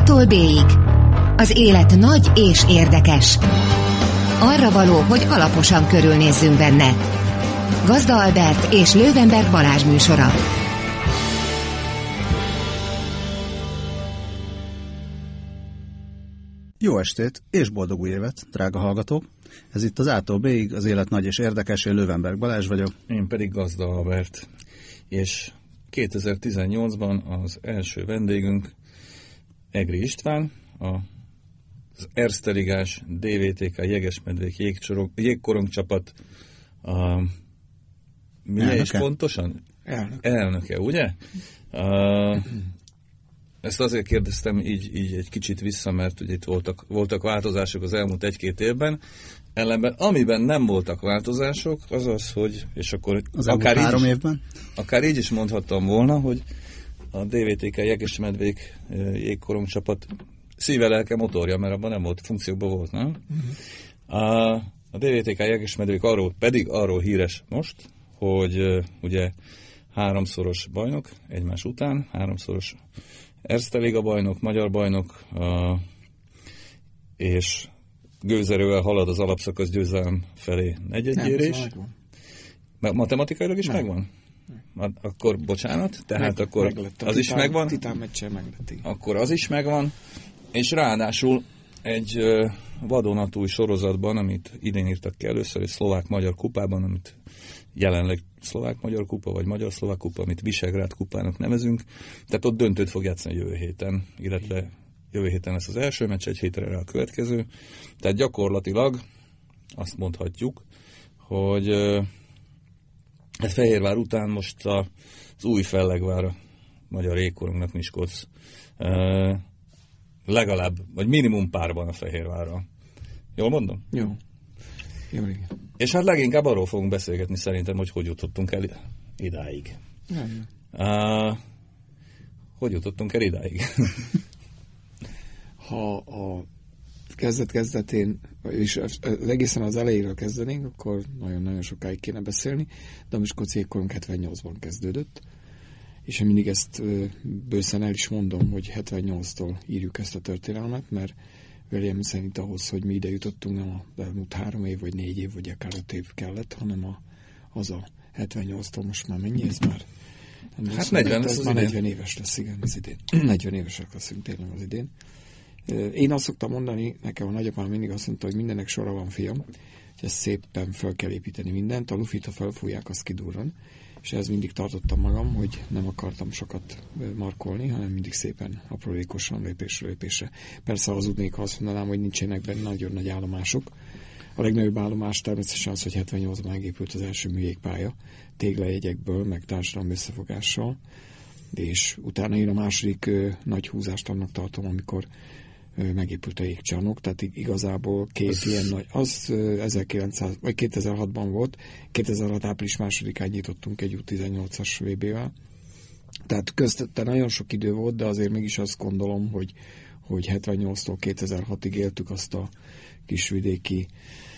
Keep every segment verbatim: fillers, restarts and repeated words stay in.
A-tól B-ig. Az élet nagy és érdekes. Arra való, hogy alaposan körülnézzünk benne. Gazda Albert és Lővenberg Balázs műsora. Jó estét és boldog új évet, drága hallgatók! Ez itt az A-tól B-ig, az élet nagy és érdekes, én Lővenberg Balázs vagyok. Én pedig Gazda Albert. És kétezer-tizennyolcban az első vendégünk Egri István, az Erste Ligás dé vé té ká Jegesmedvék jégkorong csapat a, mi is pontosan? Elnöke. Elnöke, ugye? A, ezt azért kérdeztem így, így egy kicsit vissza, mert ugye itt voltak, voltak változások az elmúlt egy-két évben. Ellenben, amiben nem voltak változások, az az, hogy, és akkor az akár három így, évben? akár így is mondhattam volna, hogy a dé vé té ká Jegesmedvék jégkorong csapat szíve, lelke, motorja, mert abban nem volt, funkciókban volt, nem? Uh-huh. A, a dé vé té ká Jegesmedvék arról, pedig arról híres most, hogy uh, ugye háromszoros bajnok egymás után, háromszoros Erste Liga bajnok, magyar bajnok, uh, és gőzerővel halad az alapszakasz győzelem felé negyedgyérés. Matematikailag is nem. Megvan? Nem. Akkor bocsánat, tehát meg, akkor meglett. az titán, is megvan. Titán meccsen meglett. Akkor az is megvan, és ráadásul egy uh, vadonatúj sorozatban, amit idén írtak ki először, egy szlovák-magyar kupában, amit jelenleg szlovák-magyar kupa, vagy magyar-szlovák kupa, amit Visegrád kupának nevezünk. Tehát ott döntőt fog játszani jövő héten, illetve jövő héten lesz az első meccs, egy hétre rá a következő. Tehát gyakorlatilag azt mondhatjuk, hogy uh, hát Fehérvár után most a, az új Fellegvár a magyar jégkorongnak Miskolc uh, legalább, vagy minimum párban a Fehérvárral. Jól mondom? Jó. Jó, igen. És hát leginkább arról fogunk beszélgetni szerintem, hogy hogy jutottunk el idáig. Uh, hogy jutottunk el idáig? Ha a kezdet-kezdetén, és az egészen az elejéről kezdenénk, akkor nagyon-nagyon sokáig kéne beszélni, de a Miskolci jégkorong hetvennyolcban kezdődött, és én mindig ezt bőszen el is mondom, hogy hetvennyolctól írjuk ezt a történelmet, mert velem szerint ahhoz, hogy mi ide jutottunk, nem a elmúlt három év, vagy négy év, vagy akár öt év kellett, hanem a, az a hetvennyolctól most már mennyi, ez már? Hát negyven lesz ez az már idén. negyven éves lesz, igen, az idén. negyven évesek leszünk tényleg az idén. Én azt szoktam mondani, nekem a nagyapám mindig azt mondta, hogy mindennek sora van, fiam, hogy ezt szépen fel kell építeni mindent, a lufit, ha felfújják, az kidurran. És ez mindig tartottam magam, hogy nem akartam sokat markolni, hanem mindig szépen aprólékosan, lépésről lépésre. Persze hazudnék, ha azt mondanám, hogy nincsenek benne nagyon nagy állomások. A legnagyobb állomás természetesen az, hogy hetvennyolcban megépült az első műjégpálya, téglajegyekből, meg társadalmi összefogással, és utána én a második ö, nagy húzást annak tartom, amikor ö, megépült a jégcsarnok, tehát igazából két az... ilyen nagy, az ö, ezerkilencszáz, vagy kétezer-hatban volt, kétezer-hat április másodikán nyitottunk egy U tizennyolcas vé bé-vel, tehát köztette nagyon sok idő volt, de azért mégis azt gondolom, hogy, hogy hetvennyolctól kétezer-hatig éltük azt a kisvidéki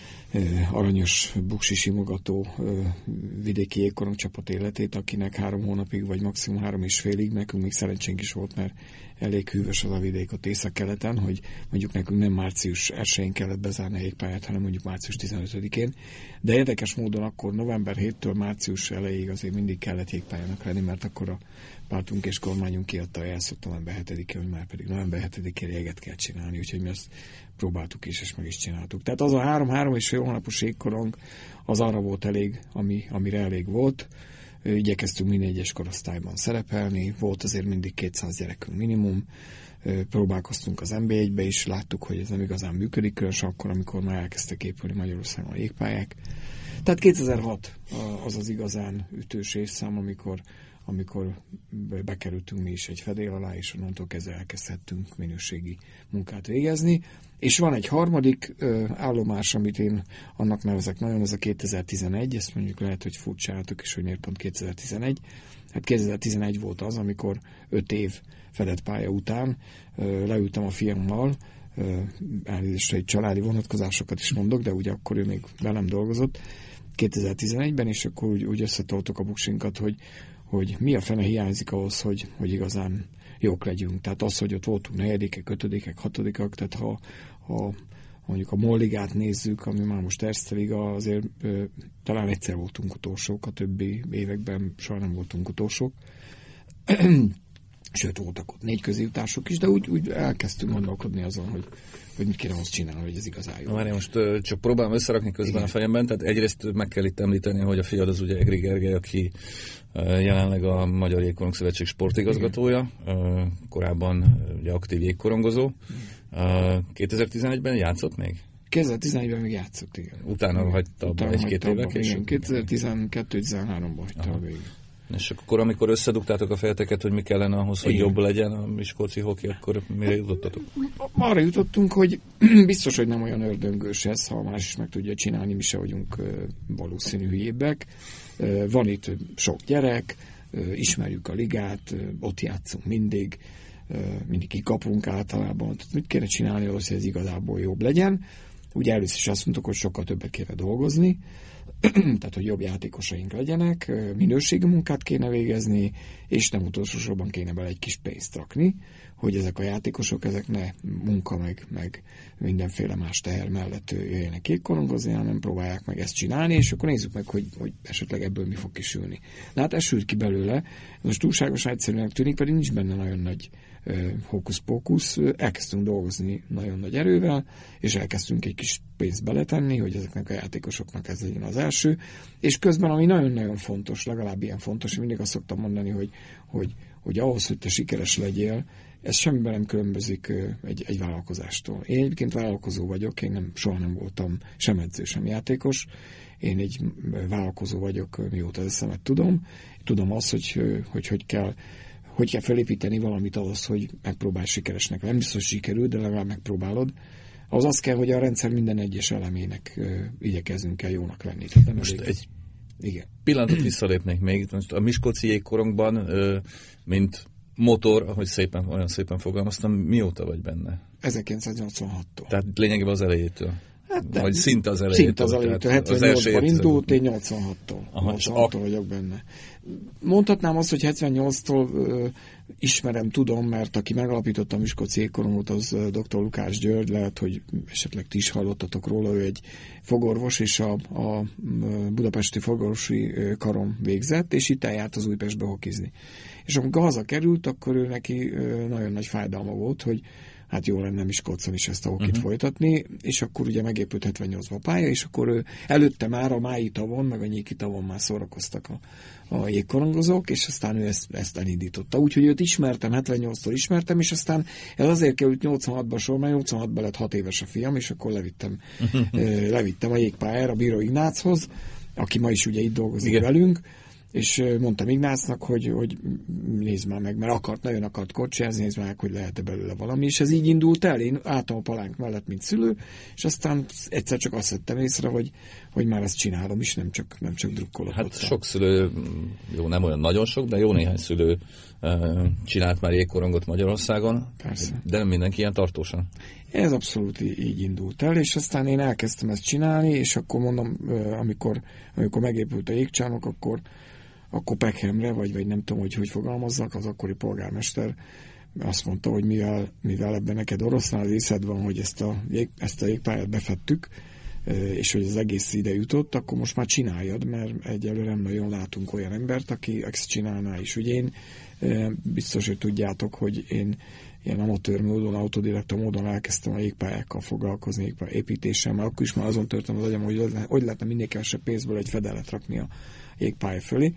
aranyos, buksi simogató vidéki jégkorong csapat életét, akinek három hónapig, vagy maximum három és félig, nekünk még szerencsénk is volt, mert elég hűvös az a vidék ott északkeleten, hogy mondjuk nekünk nem március elsején kellett bezárni a jégpályát, hanem mondjuk március tizenötödikén. De érdekes módon akkor november héttől március elejéig azért mindig kellett jégpályának lenni, mert akkor a pártunk és kormányunk kiadta a jelszót november hetedikén, hogy már pedig november hetedikén jeget kell csinálni, úgyhogy mi ezt próbáltuk is, és meg is csináltuk. Tehát az a három-három és fél hónapos jégkorong az arra volt elég, ami, amire elég volt. Igyekeztünk minden egyes korosztályban szerepelni, volt azért mindig kétszáz gyerekünk minimum, próbálkoztunk az en bé egybe is, láttuk, hogy ez nem igazán működik, különösen akkor, amikor már elkezdtek épülni Magyarországon a jégpályák. Tehát kétezer-hat az az igazán ütős évszám, amikor amikor bekerültünk mi is egy fedél alá, és onnantól kezdve elkezdhettünk minőségi munkát végezni. És van egy harmadik ö, állomás, amit én annak nevezek nagyon, ez a kétezer-tizenegy, ezt mondjuk lehet, hogy furcsáltok is, hogy miért pont kétezer-tizenegy. Hát kétezer-tizenegy volt az, amikor öt év fedett pálya után ö, leültem a fiammal, elnézést, hogy családi vonatkozásokat is mondok, de ugye akkor ő még velem dolgozott kétezer-tizenegyben, és akkor úgy, úgy összetoltuk a buksinkat, hogy hogy mi a fene hiányzik ahhoz, hogy, hogy igazán jók legyünk. Tehát az, hogy ott voltunk negyedikek, ötödikek, hatodikak, tehát ha, ha mondjuk a Molligát nézzük, ami már most Erste Liga, azért ö, talán egyszer voltunk utolsók, a többi években soha nem voltunk utolsók. Sőt, voltak ott négy közéjutások is, de úgy, úgy elkezdtünk gondolkodni azon, hogy, hogy mit kéne azt csinálni, hogy ez igazán jó. Várj, most uh, csak próbálom összerakni közben Igen. a fejemben, tehát egyrészt meg kell itt említeni, hogy a fiad az ugye Egri Gergely, aki uh, jelenleg a Magyar Jégkorong Szövetség sportigazgatója, uh, korábban uh, ugye aktív jégkorongozó. Uh, kétezer-tizenegyben játszott még? kétezer-tizenegyben még játszott, igen. Utána igen. hagyta abba egy-két évvel később? kétezer-tizenkettő-tizenháromban hagyta a végig. És akkor, amikor összedugtátok a fejeteket, hogy mi kellene ahhoz, hogy Igen. jobb legyen a miskolci hoki, akkor mire jutottatok? Arra jutottunk, hogy biztos, hogy nem olyan ördöngős ez, ha más is meg tudja csinálni, mi se vagyunk valószínű hülyébbek. Van itt sok gyerek, ismerjük a ligát, ott játszunk mindig, mindig kikapunk általában. Tehát mit kéne csinálni ahhoz, hogy ez igazából jobb legyen? Ugye először is azt mondtuk, hogy sokkal többet kéne dolgozni, tehát, hogy jobb játékosaink legyenek, minőségi munkát kéne végezni, és nem utolsó sorban kéne bele egy kis pénzt rakni, hogy ezek a játékosok, ezek ne munka meg, meg mindenféle más teher mellett jöjjenek jégkorongozni, hanem próbálják meg ezt csinálni, és akkor nézzük meg, hogy, hogy esetleg ebből mi fog kisülni. Na hát ez sült ki belőle, most túlságosan egyszerűen tűnik, pedig nincs benne nagyon nagy hókusz-pókusz, elkezdtünk dolgozni nagyon nagy erővel, és elkezdtünk egy kis pénzt beletenni, hogy ezeknek a játékosoknak ez legyen az első, és közben, ami nagyon-nagyon fontos, legalább ilyen fontos, mindig azt szoktam mondani, hogy, hogy, hogy ahhoz, hogy te sikeres legyél, ez semmiben nem különbözik egy, egy vállalkozástól. Én egyébként vállalkozó vagyok, én nem, soha nem voltam sem edző, sem játékos, én egy vállalkozó vagyok, mióta eszemet tudom, tudom azt, hogy hogy, hogy kell hogy kell felépíteni valamit ahhoz, hogy megpróbálj sikeresnek. Nem biztos, hogy sikerül, de legalább megpróbálod. Az az kell, hogy a rendszer minden egyes elemének uh, igyekezzünk el jónak lenni. Tehát nem most elég... egy Igen. pillanatot visszalépnék még. Most a miskolci jégkorongban, uh, mint motor, ahogy szépen, olyan szépen fogalmaztam, mióta vagy benne? ezerkilencszáznyolcvanhattól. Tehát lényegében az elejétől. Hát vagy szinte az elejétől. Szinte az elejétől. hetvennyolcban indult, én nyolcvanhattól. nyolcvanhattól vagyok benne. Mondhatnám azt, hogy hetvennyolctól ö, ismerem, tudom, mert aki megalapította a miskolci jégkorongot, az dr. Lukács György, lehet, hogy esetleg ti is hallottatok róla, ő egy fogorvos, és a, a budapesti fogorvosi karon végzett, és itt eljárt az Újpestbe hokizni. És amikor hazakerült, akkor ő neki ö, nagyon nagy fájdalma volt, hogy hát jó lenne Miskolcon is ezt a hokit uh-huh. folytatni, és akkor ugye megépült hetvennyolcban a pálya, és akkor ő előtte már a Mályi tavon, meg a Nyéki tavon már szórakoztak a, a jégkorongozók, és aztán ő ezt, ezt elindította. Úgyhogy őt ismertem, hetvennyolctól ismertem, és aztán ez azért került nyolcvanhatba sor, mert nyolcvanhatban lett hat éves a fiam, és akkor levittem, uh-huh. levittem a jégpályára Bíró Ignáchoz, aki ma is ugye itt dolgozik Igen. velünk, és mondtam Ignácnak, hogy, hogy nézd már meg, mert akart, nagyon akart kocsiázni, nézd meg, hogy lehet-e belőle valami, és ez így indult el, én álltam a palánk mellett, mint szülő, és aztán egyszer csak azt vettem észre, hogy, hogy már ezt csinálom is, nem csak, nem csak drukkolok. Hát ott sok szülő, jó, nem olyan nagyon sok, de jó néhány szülő csinált már jégkorongot Magyarországon, Persze. de nem mindenki ilyen tartósan. Ez abszolút így indult el, és aztán én elkezdtem ezt csinálni, és akkor mondom, amikor, amikor megépült a jégcsarnok, akkor akkor Peckhamre, vagy, vagy nem tudom, hogy hogy fogalmazzak, az akkori polgármester azt mondta, hogy mivel, mivel ebben neked oroszlán az észed van, hogy ezt a, jég, ezt a jégpályát befettük, és hogy az egész ide jutott, akkor most már csináljad, mert egyelőre nem nagyon látunk olyan embert, aki ezt csinálná is. Ugye én biztos, hogy tudjátok, hogy én ilyen amatőr módon, autodidakta módon elkezdtem a jégpályákkal foglalkozni, jégpálya építéssel, mert akkor is már azon törtem az agyam, hogy hogy lehetne minél kevesebb pénzből egy fedelet rakni a jégpálya fölé,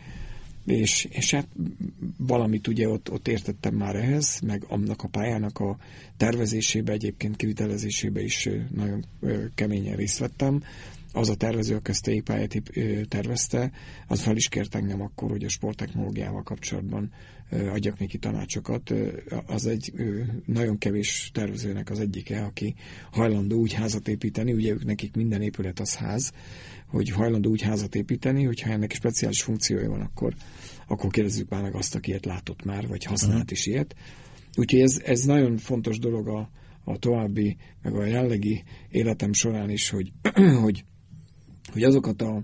és, és hát valamit ugye ott, ott értettem már ehhez, meg annak a pályának a tervezésébe, egyébként kivitelezésébe is nagyon keményen részt vettem. Az a tervező, aki ezt a jégpályát tervezte, az fel is kért engem akkor, hogy a sporttechnológiával kapcsolatban adjak neki tanácsokat. Az egy nagyon kevés tervezőnek az egyike, aki hajlandó úgy házat építeni, ugye ők nekik minden épület az ház, hogy hajlandó úgy házat építeni, hogyha ennek speciális funkciója van, akkor, akkor kérdezzük már meg azt, aki ilyet látott már, vagy használt uh-huh. is ilyet. Úgyhogy ez, ez nagyon fontos dolog a, a további, meg a jellegi életem során is, hogy, hogy, hogy azokat a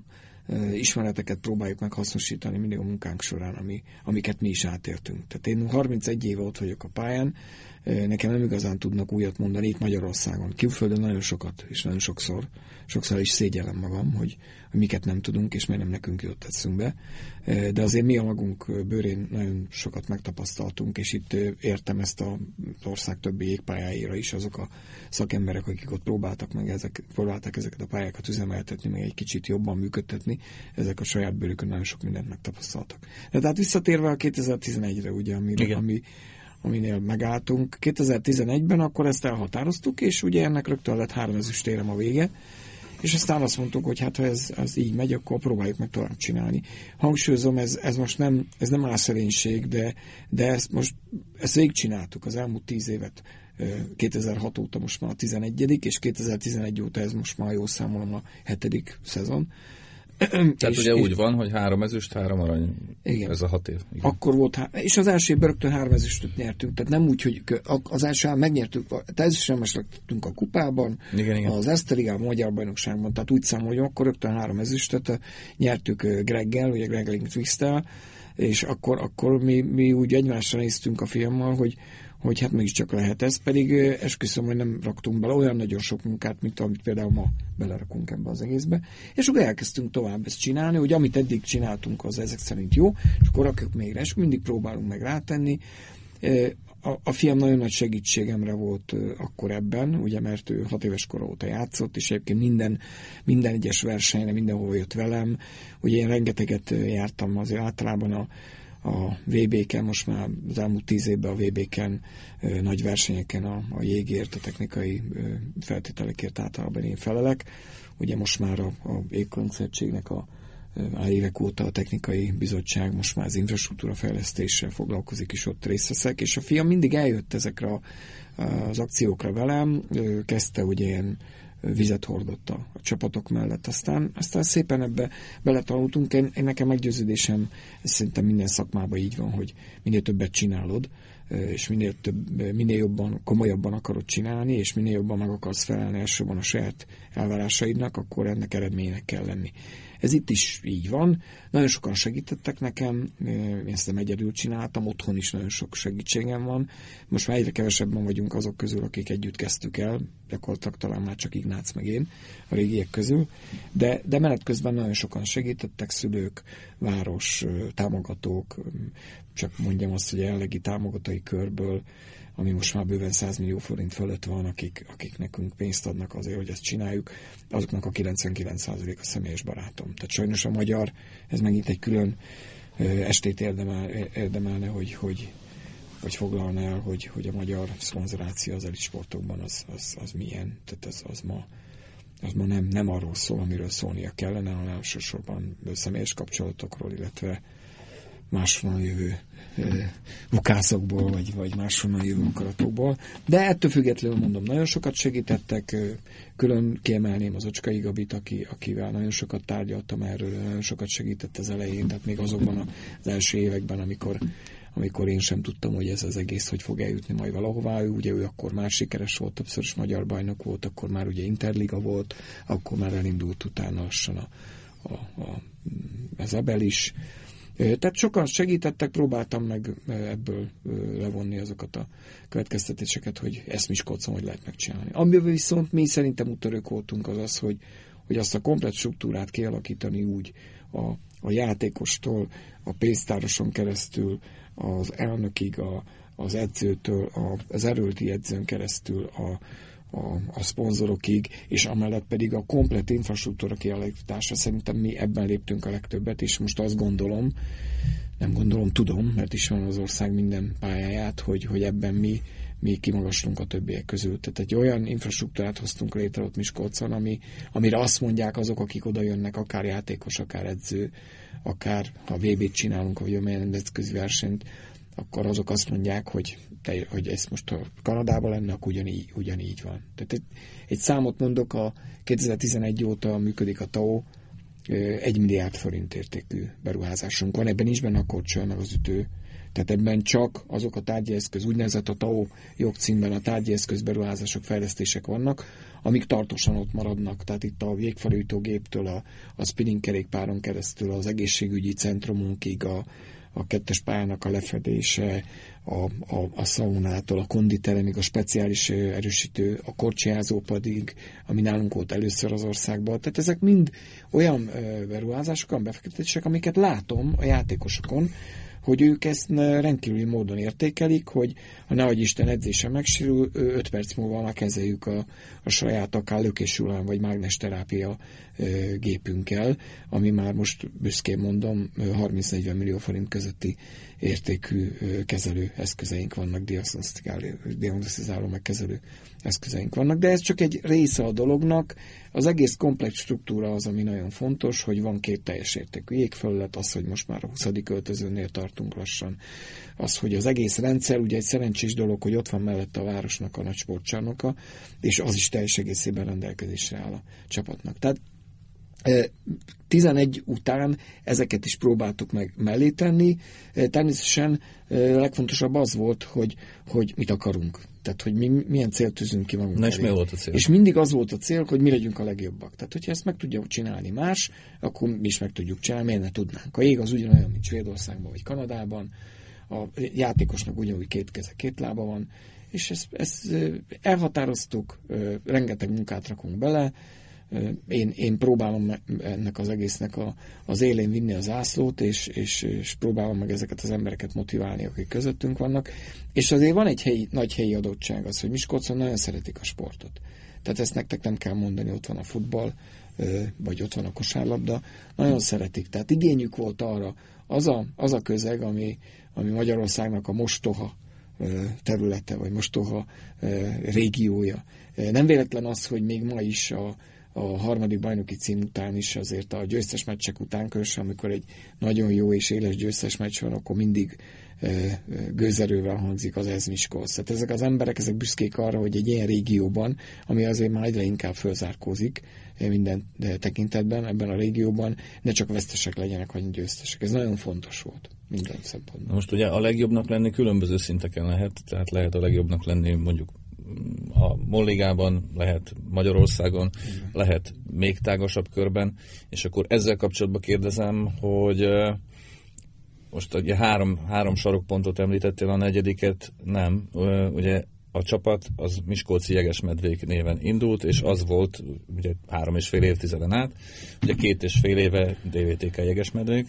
ismereteket próbáljuk meg hasznosítani mindig a munkánk során, ami, amiket mi is átértünk. Tehát én harmincegy éve ott vagyok a pályán, nekem nem igazán tudnak újat mondani itt Magyarországon. Külföldön nagyon sokat, és nagyon sokszor, sokszor is szégyellem magam, hogy, hogy miket nem tudunk, és miért nem nekünk jött teszünk be. De azért mi a magunk bőrén nagyon sokat megtapasztaltunk, és itt értem ezt az ország többi jégpályáira is, azok a szakemberek, akik ott próbáltak meg ezek, próbálták ezeket a pályákat üzemeltetni, meg egy kicsit jobban működtetni, ezek a saját bőrükön nagyon sok mindent megtapasztaltak. De tehát visszatérve a kétezer-tizenegyre, ugye, ami, ami aminél megálltunk. kétezer-tizenegyben akkor ezt elhatároztuk, és ugye ennek rögtön lett három ezüstérem a vége, és aztán azt mondtuk, hogy hát ha ez, ez így megy, akkor próbáljuk meg tovább csinálni. Hangsúlyozom, ez, ez most nem, ez nem álszerénység, de, de ezt most ezt végigcsináltuk az elmúlt tíz évet, kétezer-hat óta most már a tizenegyedik, és kétezer-tizenegy óta ez most már, jól számolom, a hetedik szezon. Tehát és, ugye és úgy van, hogy három ezüst, három arany. Igen. Ez a hat év. Igen. Akkor volt, há- és az első évben rögtön három ezüstöt nyertünk, tehát nem úgy, hogy az első megnyertük, ezüstérmes lettünk a kupában, igen, igen. Az Eszterigában, Magyar Bajnokságban, tehát úgy számol, hogy akkor rögtön három ezüstöt nyertük Greggel, ugye Greg Lindqvisttel, és akkor, akkor mi, mi úgy egymásra néztünk a fiammal, hogy hogy hát mégiscsak lehet ez, pedig esküszöm, hogy nem raktunk bele olyan nagyon sok munkát, mint amit például ma belerakunk ebbe az egészbe, és akkor elkezdtünk tovább ezt csinálni, hogy amit eddig csináltunk, az ezek szerint jó, és akkor rakjuk még rá, és mindig próbálunk meg rátenni. A, a fiam nagyon nagy segítségemre volt akkor ebben, ugye, mert ő hat éves kora óta játszott, és egyébként minden, minden egyes versenyre, mindenhol jött velem. Ugye én rengeteget jártam azért általában a a vé bé-ken, most már az elmúlt tíz évben a vé bé-ken ö, nagy versenyeken a, a jégért, a technikai ö, feltételekért általában én felelek. Ugye most már a, a Jégkorongszövetségnek a már évek óta a technikai bizottság most már az infrastruktúra fejlesztéssel foglalkozik, és ott részt veszek, és a fiam mindig eljött ezekre a, az akciókra velem, ö, kezdte ugye ilyen vizet hordott a, a csapatok mellett. Aztán, aztán szépen ebbe beletanultunk. Én, én nekem meggyőződésem, ez szerintem minden szakmában így van, hogy minél többet csinálod, és minél, több, minél jobban, komolyabban akarod csinálni, és minél jobban meg akarsz felelni elsőben a saját elvárásaidnak, akkor ennek eredménynek kell lenni. Ez itt is így van. Nagyon sokan segítettek nekem, én ezt nem egyedül csináltam, otthon is nagyon sok segítségem van. Most már egyre kevesebben vagyunk azok közül, akik együtt kezdtük el, gyakorlatilag talán már csak Ignác meg én a régiek közül, de, de menet közben nagyon sokan segítettek, szülők, város, támogatók, csak mondjam azt, hogy a jelenlegi támogatói körből, ami most már bőven száz millió forint fölött van, akik, akik nekünk pénzt adnak azért, hogy ezt csináljuk, azoknak a kilencvenkilenc százalék a személyes barátom. Tehát sajnos a magyar, ez megint egy külön estét érdemel, érdemelne, hogy, hogy, hogy foglalna el, hogy, hogy a magyar szponzoráció az elitsportokban az, az, az milyen. Tehát az, az ma, az ma nem, nem arról szól, amiről szólnia kellene, hanem elsősorban személyes kapcsolatokról, illetve máshonnan jövő bukászokból, vagy, vagy máshonnan jövő akaratokból. De ettől függetlenül mondom, nagyon sokat segítettek, külön kiemelném az Ocskai Gabit, aki, akivel nagyon sokat tárgyaltam erről, nagyon sokat segített az elején, tehát még azokban az első években, amikor, amikor én sem tudtam, hogy ez az egész hogy fog eljutni majd valahová. Ő, ugye ő akkor már sikeres volt, többször is magyar bajnok volt, akkor már ugye Interliga volt, akkor már elindult utána lassan a, a, a, az Ebel is. Tehát sokan segítettek, próbáltam meg ebből levonni azokat a következtetéseket, hogy ezt Miskolcon hogy lehet megcsinálni. Amiben viszont mi szerintem úttörők voltunk az az, hogy, hogy azt a komplett struktúrát kialakítani úgy a, a játékostól, a pénztároson keresztül, az elnökig, a, az edzőtől, a, az erőlti edzőn keresztül, a A, a szponzorokig, és amellett pedig a komplett infrastruktúra kialakítása. Szerintem mi ebben léptünk a legtöbbet, és most azt gondolom, nem gondolom, tudom, mert ismerem az ország minden pályáját, hogy, hogy ebben mi, mi kimagaslunk a többiek közül. Tehát egy olyan infrastruktúrát hoztunk létre ott Miskolcon, ami, amire azt mondják azok, akik oda jönnek, akár játékos, akár edző, akár ha vé bét csinálunk, vagy olyan nemzetközi versenyt, akkor azok azt mondják, hogy, te, hogy ez most a Kanadában lenne, akkor ugyanígy, ugyanígy van. Tehát egy, egy számot mondok, a kétezer-tizenegy óta működik a té á o, egy milliárd forint értékű beruházásunk van, ebben is benne a korcsol, meg az ütő Tehát ebben csak azok a tárgyi eszköz, úgynevezett a té á o jogcímben a tárgyi eszköz beruházások, fejlesztések vannak, amik tartósan ott maradnak. Tehát itt a jégfelújítógéptől a, a spinning kerékpáron keresztül az egészségügyi centrumunkig, a, a kettes pályának a lefedése, a, a, a szaunától, a konditeremig, a speciális erősítő, a korcsolyázó pedig, ami nálunk volt először az országban. Tehát ezek mind olyan beruházások, olyan befektetések, amiket látom a játékosokon, hogy ők ezt rendkívüli módon értékelik, hogy ha nehogy Isten edzése megsérül, öt perc múlva már kezeljük a, a saját akár lökésülán vagy mágnesterápia gépünkkel, ami már most büszkén mondom, harminc-negyven millió forint közötti értékű kezelő eszközeink vannak, diagnosztizáló meg kezelő eszközeink vannak, de ez csak egy része a dolognak. Az egész komplex struktúra az, ami nagyon fontos, hogy van két teljes értékű jégfelület, az, hogy most már a huszadik öltözőnél tartunk lassan, az, hogy az egész rendszer, ugye egy szerencsés dolog, hogy ott van mellette a városnak a nagy sportcsarnoka, és az is teljes egészében rendelkezésre áll a csapatnak. Tehát tizenegy után ezeket is próbáltuk meg mellé tenni. Természetesen a legfontosabb az volt, hogy, hogy mit akarunk. Tehát, hogy mi, milyen célt tűzünk ki magunk. Na és mi volt a cél? És mindig az volt a cél, hogy mi legyünk a legjobbak. Tehát, hogyha ezt meg tudja csinálni más, akkor mi is meg tudjuk csinálni, miért ne tudnánk. A jég az ugyanolyan, mint Svédországban vagy Kanadában, a játékosnak ugyanúgy két keze, két lába van, és ezt, ezt elhatároztuk, rengeteg munkát rakunk bele. Én, én próbálom ennek az egésznek a, az élén vinni az zászlót, és, és, és próbálom meg ezeket az embereket motiválni, akik közöttünk vannak. És azért van egy helyi, nagy helyi adottság az, hogy Miskolcon nagyon szeretik a sportot. Tehát ezt nektek nem kell mondani, ott van a futball, vagy ott van a kosárlabda, nagyon szeretik. Tehát igényük volt arra, az a, az a közeg, ami, ami Magyarországnak a mostoha területe, vagy mostoha régiója. Nem véletlen az, hogy még ma is a a harmadik bajnoki cím után is azért a győztes meccsek után, különösen amikor egy nagyon jó és éles győztes meccs van, akkor mindig e, gőzerővel hangzik az ez Miskolc. Tehát ezek az emberek, ezek büszkék arra, hogy egy ilyen régióban, ami azért már egyre inkább fölzárkózik minden tekintetben, ebben a régióban ne csak vesztesek legyenek, hanem győztesek. Ez nagyon fontos volt minden szempontból. Most ugye a legjobbnak lenni különböző szinteken lehet, tehát lehet a legjobbnak lenni mondjuk a Molligában, lehet Magyarországon, igen, lehet még tágasabb körben, és akkor ezzel kapcsolatban kérdezem, hogy most ugye három, három sarokpontot említettél, a negyediket nem. Ugye a csapat az Miskolci Jegesmedvék néven indult, és az volt ugye három és fél évtizeden át, ugye két és fél éve dé vé té ká Jegesmedvék.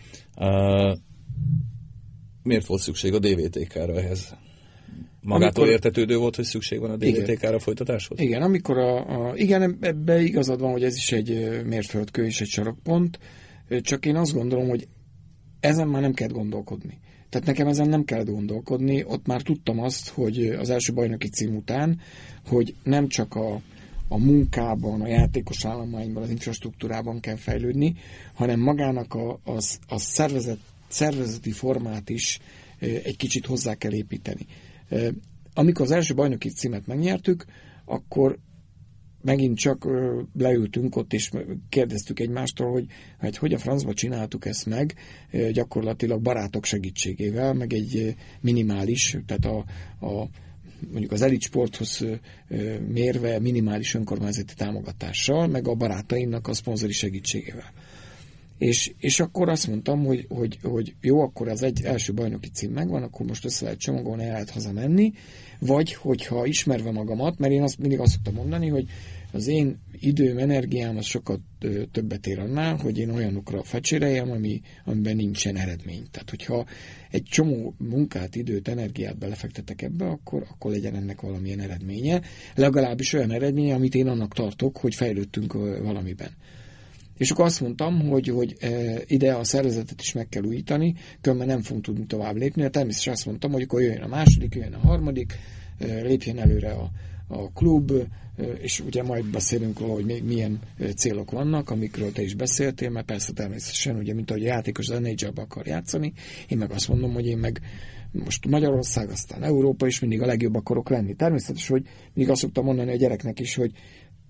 Miért volt szükség a dé vé té ká-ra ehhez? Magától amikor értetődő volt, hogy szükség van a dé vé té ká-ra folytatáshoz? Igen, amikor a, a, igen, ebben igazad van, hogy ez is egy mérföldkő és egy sarokpont, csak én azt gondolom, hogy ezen már nem kell gondolkodni. Tehát nekem ezen nem kell gondolkodni, ott már tudtam azt, hogy az első bajnoki cím után, hogy nem csak a, a munkában, a játékos állományban, az infrastruktúrában kell fejlődni, hanem magának a, a, a szervezet, szervezeti formát is egy kicsit hozzá kell építeni. Amikor az első bajnoki címet megnyertük, akkor megint csak leültünk ott, és kérdeztük egymástól, hogy hát hogy a francba csináltuk ezt meg, gyakorlatilag barátok segítségével, meg egy minimális, tehát a, a mondjuk az elit sporthoz mérve minimális önkormányzati támogatással, meg a barátaimnak a szponzori segítségével. És, és akkor azt mondtam, hogy, hogy, hogy jó, akkor az egy első bajnoki cím megvan, akkor most össze lehet csomagolni, el lehet hazamenni, vagy hogyha ismerve magamat, mert én azt, mindig azt szoktam mondani, hogy az én időm, energiám az sokat ö, többet ér annál, hogy én olyanokra fecséreljem, ami, amiben nincsen eredmény. Tehát, hogyha egy csomó munkát, időt, energiát belefektetek ebbe, akkor, akkor legyen ennek valamilyen eredménye. Legalábbis olyan eredménye, amit én annak tartok, hogy fejlődtünk ö, valamiben. És akkor azt mondtam, hogy, hogy e, ide a szervezetet is meg kell újítani, különben nem fogunk tudni tovább lépni. De természetesen azt mondtam, hogy akkor jöjjön a második, jöjjön a harmadik, e, lépjen előre a, a klub, e, és ugye majd beszélünk róla, hogy még milyen célok vannak, amikről te is beszéltél, mert persze természetesen, ugye, mint ahogy a játékos az en há el-be akar játszani, én meg azt mondom, hogy én meg most Magyarország, aztán Európa, és mindig a legjobb akarok lenni. Természetesen, hogy mindig azt szoktam mondani a gyereknek is, hogy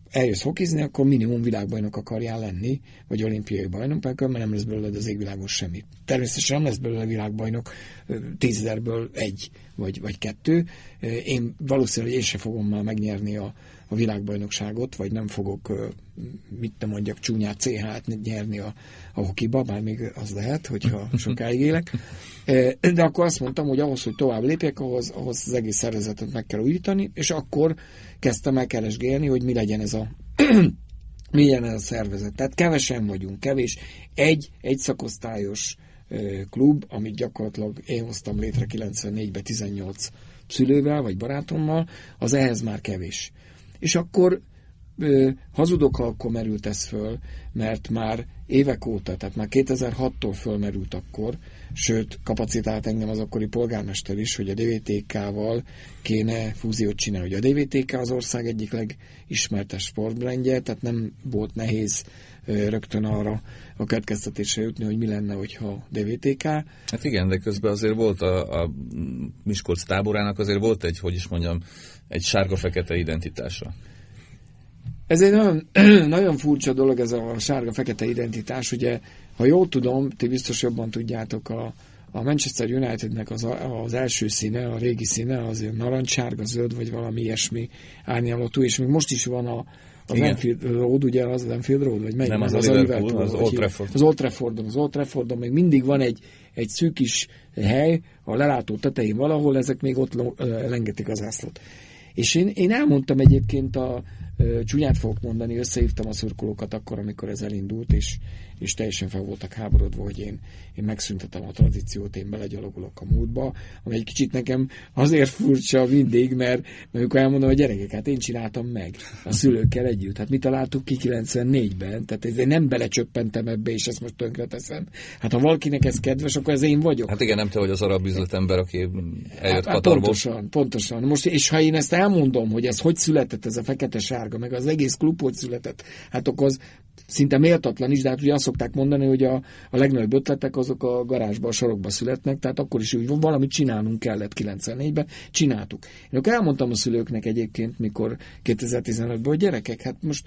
eljössz hokizni, akkor minimum világbajnok akarjál lenni, vagy olimpiai bajnok, mert nem lesz belőled az égvilágon semmit. Természetesen nem lesz belőle világbajnok tízezerből egy, vagy, vagy kettő. Én valószínűleg én sem fogom már megnyerni a, a világbajnokságot, vagy nem fogok, mit nem mondjak, csúnyát cé há-t nyerni a, a hokiba, bár még az lehet, hogyha sokáig élek. De akkor azt mondtam, hogy ahhoz, hogy tovább lépjek, ahhoz, ahhoz az egész szervezetet meg kell újítani, és akkor kezdtem el keresgélni, hogy mi legyen ez a mi legyen ez a szervezet. Tehát kevesen vagyunk, kevés. Egy, egy szakosztályos klub, amit gyakorlatilag én hoztam létre kilencvennégyben tizennyolc szülővel, vagy barátommal, az ehhez már kevés. És akkor ö, hazudok, ha akkor merült ez föl, mert már évek óta, tehát már kétezer-hattól fölmerült akkor, sőt, kapacitált engem az akkori polgármester is, hogy a dé vé té ká-val kéne fúziót csinálni. Ugye a dé vé té ká az ország egyik legismertebb sportbrandje, tehát nem volt nehéz ö, rögtön arra a következtetésre jutni, hogy mi lenne, hogyha dé vé té ká. Hát igen, de közben azért volt a, a Miskolc táborának azért volt egy, hogy is mondjam, egy sárga-fekete identitása. Ez egy nagyon, nagyon furcsa dolog, ez a sárga-fekete identitás. Ugye, ha jól tudom, ti biztos jobban tudjátok, a, a Manchester Unitednek az, az első színe, a régi színe, az narancssárga, zöld, vagy valami ilyesmi árnyalatú, és még most is van a, az igen. Anfield Road, ugye az az Anfield Road, vagy melyik? Nem, az, az, az, az, Liverpool, az Old Trafford. Az Old Traffordon, az Old Traffordon még mindig van egy, egy szűk kis hely, a lelátó tetején valahol, ezek még ott lengetik az ászlót. És én, én elmondtam egyébként a csúnyát fogok mondani, összehívtam a szurkolókat akkor, amikor ez elindult, és, és teljesen fel voltak háborodva, hogy én, én megszüntetem a tradíciót, én belegyalogolok a múltba, ami egy kicsit nekem azért furcsa mindig, mert, mert amikor elmondom a gyerekek, hát én csináltam meg a szülőkkel együtt. Hát mi találtuk ki kilencvennégyben, tehát én nem belecsöppentem ebbe, és ezt most tönkreteszem. Hát ha valakinek ez kedves, akkor ez én vagyok. Hát igen, nem te vagy az arab üzletember, aki eljött hát, Katarból. Pontosan, pontosan. Most, és ha én ezt elmondom, hogy ez hogy született, ez a fekete-sárga, meg az egész klub hogy született, hát akkor az szinte méltatlan is, de hát ugye azt szokták mondani, hogy a, a legnagyobb ötletek azok a garázsba, a sarokba születnek, tehát akkor is úgy van, valamit csinálnunk kellett kilencvennégyben, csináltuk. Én akkor elmondtam a szülőknek egyébként, mikor kétezer-tizenötben, hogy gyerekek, hát most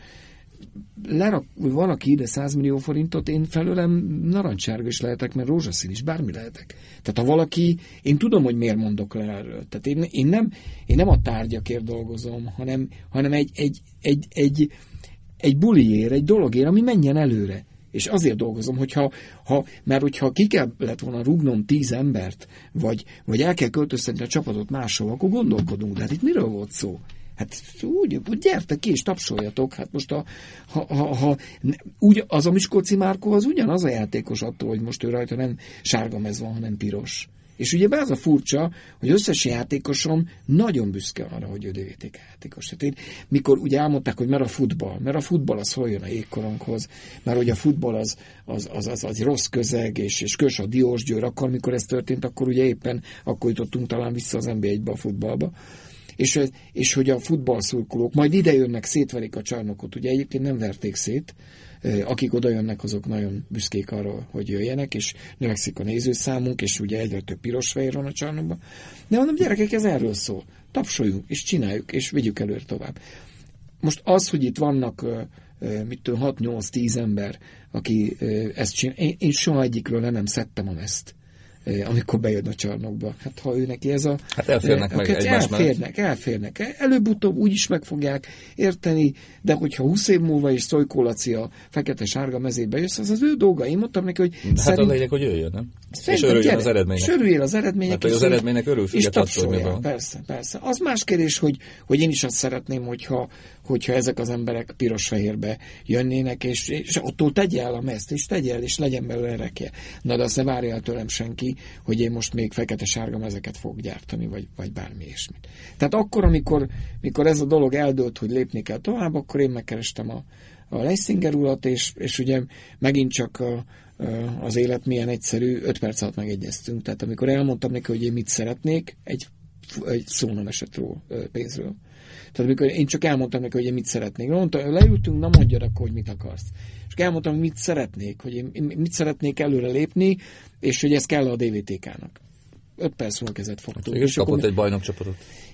lerak, van, aki ide száz millió forintot, én felőlem narancssárga is lehetek, mert rózsaszín is, bármi lehetek. Tehát ha valaki, én tudom, hogy miért mondok le erről. Tehát én, én, nem, én nem a tárgyakért dolgozom, hanem, hanem egy, egy, egy, egy, egy buliért, egy dologért, ami menjen előre. És azért dolgozom, hogyha, ha, mert hogyha ki kellett volna rúgnom tíz embert, vagy, vagy el kell költöztetni a csapatot máshol, akkor gondolkodunk. De hát itt miről volt szó? Hát úgy, úgy gyertek ki és tapsoljatok. Hát most a, ha, ha, ha, úgy, az a Miskolci Márkó az ugyanaz a játékos attól, hogy most ő rajta nem sárga mez van, hanem piros. És ugye az a furcsa, hogy összes játékosom nagyon büszke arra, hogy ő dé vé té ká játékos. Tehát én, mikor ugye elmondták, hogy mert a futball, mert a futball az hol jön a jégkoronghoz, mert ugye a futball az, az, az, az, az rossz közeg, és, és kös a Diósgyőr, akkor mikor ez történt, akkor ugye éppen akkor jutottunk talán vissza az en bé egybe a futballba. És, és hogy a futballszurkolók majd ide jönnek, szétverik a csarnokot. Ugye egyébként nem verték szét, akik oda jönnek, azok nagyon büszkék arra, hogy jöjjenek, és növekszik a nézőszámunk, és ugye egyre több piros-fehér van a csarnokban. De mondom, gyerekek, ez erről szól. Tapsoljunk, és csináljuk, és vigyük előre tovább. Most az, hogy itt vannak mit tudom, hat-nyolc-tíz ember, aki ezt csinál, én, én soha egyikről le nem szedtem a mezt, amikor bejön a csarnokba. Hát ha ő neki ez a... Hát elférnek meg egymás Elférnek, elférnek. Előbb-utóbb úgy is meg fogják érteni, de hogyha húsz év múlva is Szojkó Laci a fekete-sárga mezébe jössz, az az ő dolga. Én mondtam neki, hogy hát szerint... a lényeg, hogy jöjjön, nem? És örüljön az eredménynek. És örüljön az eredménynek. Mert az eredménynek örül függetlenül. Persze, persze. Az más kérdés, hogy, hogy én is azt szeretném, hogyha, hogyha ezek az emberek piros-fehérbe jönnének, és, és attól tegye el a mezt, és tegye el, és legyen belőle erekje. Na, de azt ne várja el tőlem senki, hogy én most még fekete-sárga mezeket fogok gyártani, vagy, vagy bármi ilyesmit. Tehát akkor, amikor, amikor ez a dolog eldőlt, hogy lépni kell tovább, akkor én megkerestem a, a Leisinger urat, és, és ugye megint csak a, az élet milyen egyszerű, öt perc alatt megegyeztünk. Tehát amikor elmondtam neki, hogy én mit szeretnék, egy, egy szó nem esett ról, pénzről. Tehát amikor én csak elmondtam neki, hogy én mit szeretnék. Mondta, leültünk, na mondjad akkor, hogy mit akarsz. És elmondtam, hogy mit szeretnék, hogy én mit szeretnék előre lépni, és hogy ez kell a dé vé té ká-nak. Öt perc múlva kezet fogtuk. És kapott egy bajnokcsapatot.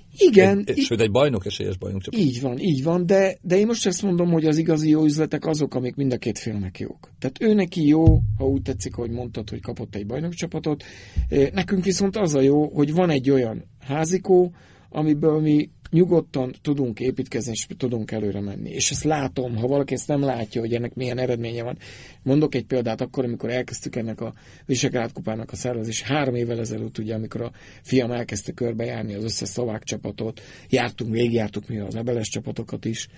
Igen. Egy, sőt, egy bajnok esélyes bajnok csapat. Így van, így van, de, de én most ezt mondom, hogy az igazi jó üzletek azok, amik mind a két félnek jók. Tehát ő neki jó, ha úgy tetszik, hogy mondtad, hogy kapott egy bajnokcsapatot. Nekünk viszont az a jó, hogy van egy olyan házikó, amiből mi nyugodtan tudunk építkezni, és tudunk előre menni. És ezt látom, ha valaki ezt nem látja, hogy ennek milyen eredménye van. Mondok egy példát, akkor, amikor elkezdtük ennek a Visegrád kupának a szervezés, három évvel ezelőtt, ugye, amikor a fiam elkezdte körbejárni az összes szlovák csapatot, jártunk, végigjártuk mi az ebeles csapatokat is,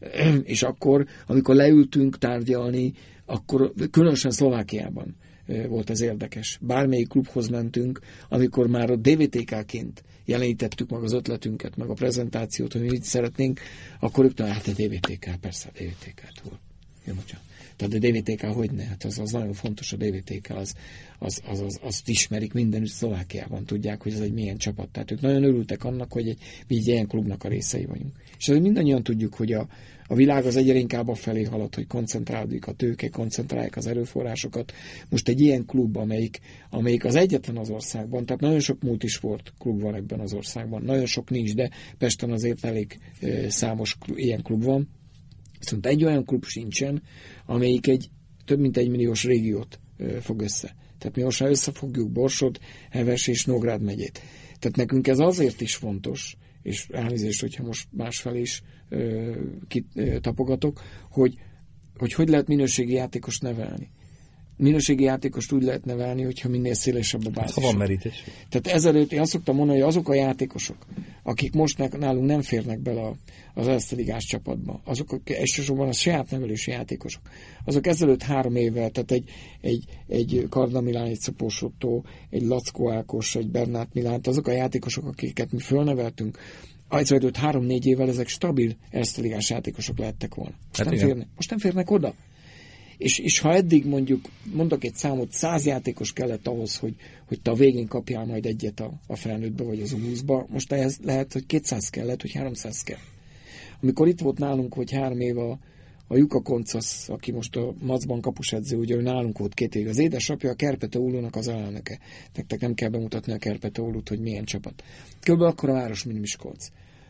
és akkor, amikor leültünk tárgyalni, akkor különösen Szlovákiában volt ez érdekes. Bármelyik klubhoz mentünk, amikor már a dé vé té ká-ként jelenítettük meg az ötletünket, meg a prezentációt, hogy mi mit szeretnénk, akkor ők hát a dé vé té ká, persze a dé vé té ká-tól. Jó, bocsánat. Tehát a dé vé té ká hogyne? Hát az, az nagyon fontos, a dé vé té ká, az, az, az, az, azt ismerik mindenütt Szlovákiában, tudják, hogy ez egy milyen csapat. Tehát ők nagyon örültek annak, hogy egy, mi egy ilyen klubnak a részei vagyunk. És azért mindannyian tudjuk, hogy a, a világ az egyre inkább afelé halad, hogy koncentráljuk a tőke, koncentrálják az erőforrásokat. Most egy ilyen klub, amelyik, amelyik az egyetlen az országban, tehát nagyon sok multisport klub van ebben az országban, nagyon sok nincs, de Pesten azért elég e, számos klub, ilyen klub van. Viszont egy olyan klub sincsen, amelyik egy több mint egy milliós régiót e, fog össze. Tehát mi most már összefogjuk Borsod, Heves és Nógrád megyét. Tehát nekünk ez azért is fontos, és elnézést, hogyha most másfelé is ö, kit, ö, tapogatok, hogy, hogy hogy lehet minőségi játékost nevelni. Minőségi játékost úgy lehet nevelni, hogyha minél szélesebb a bázis. Ha van merítés. Tehát ezelőtt én azt szoktam mondani, hogy azok a játékosok, akik most nálunk nem férnek bele az Erste Ligás csapatba, azok elsősorban a saját nevelési játékosok, azok ezelőtt három évvel, tehát egy, egy, egy Karda Milán, egy Szapós Ottó, egy Lackó Ákos, egy Bernát Milánt, azok a játékosok, akiket mi fölneveltünk, ezelőtt három-négy évvel ezek stabil Erste Ligás játékosok lehettek volna. Most, hát nem, férnek, most nem férnek oda. És, és ha eddig mondjuk, mondok egy számot, száz játékos kellett ahhoz, hogy, hogy te a végén kapjál majd egyet a, a felnőttbe vagy az u húszba, most ehhez lehet, hogy kétszáz kellett, hogy háromszáz kell. Amikor itt volt nálunk, hogy három év a, a Juka Koncasz, aki most a Macban kapusedző, ugye ő nálunk volt két évig. Az édesapja a Kerpete Oulónak az alelnöke. Nektek nem kell bemutatni a Kerpete Oulót, hogy milyen csapat. Körülbelül akkor a város, mint Miskolc.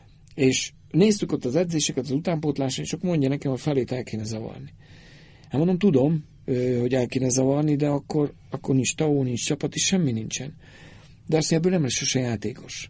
És néztük ott az edzéseket, az utánpótlásra, és akkor mondja nekem, a felét el kéne zavarni. Hát mondom, tudom, hogy el kéne zavarni, de akkor, akkor nincs tau, nincs csapat, és semmi nincsen. De azt mondja, ebből nem lesz sose játékos.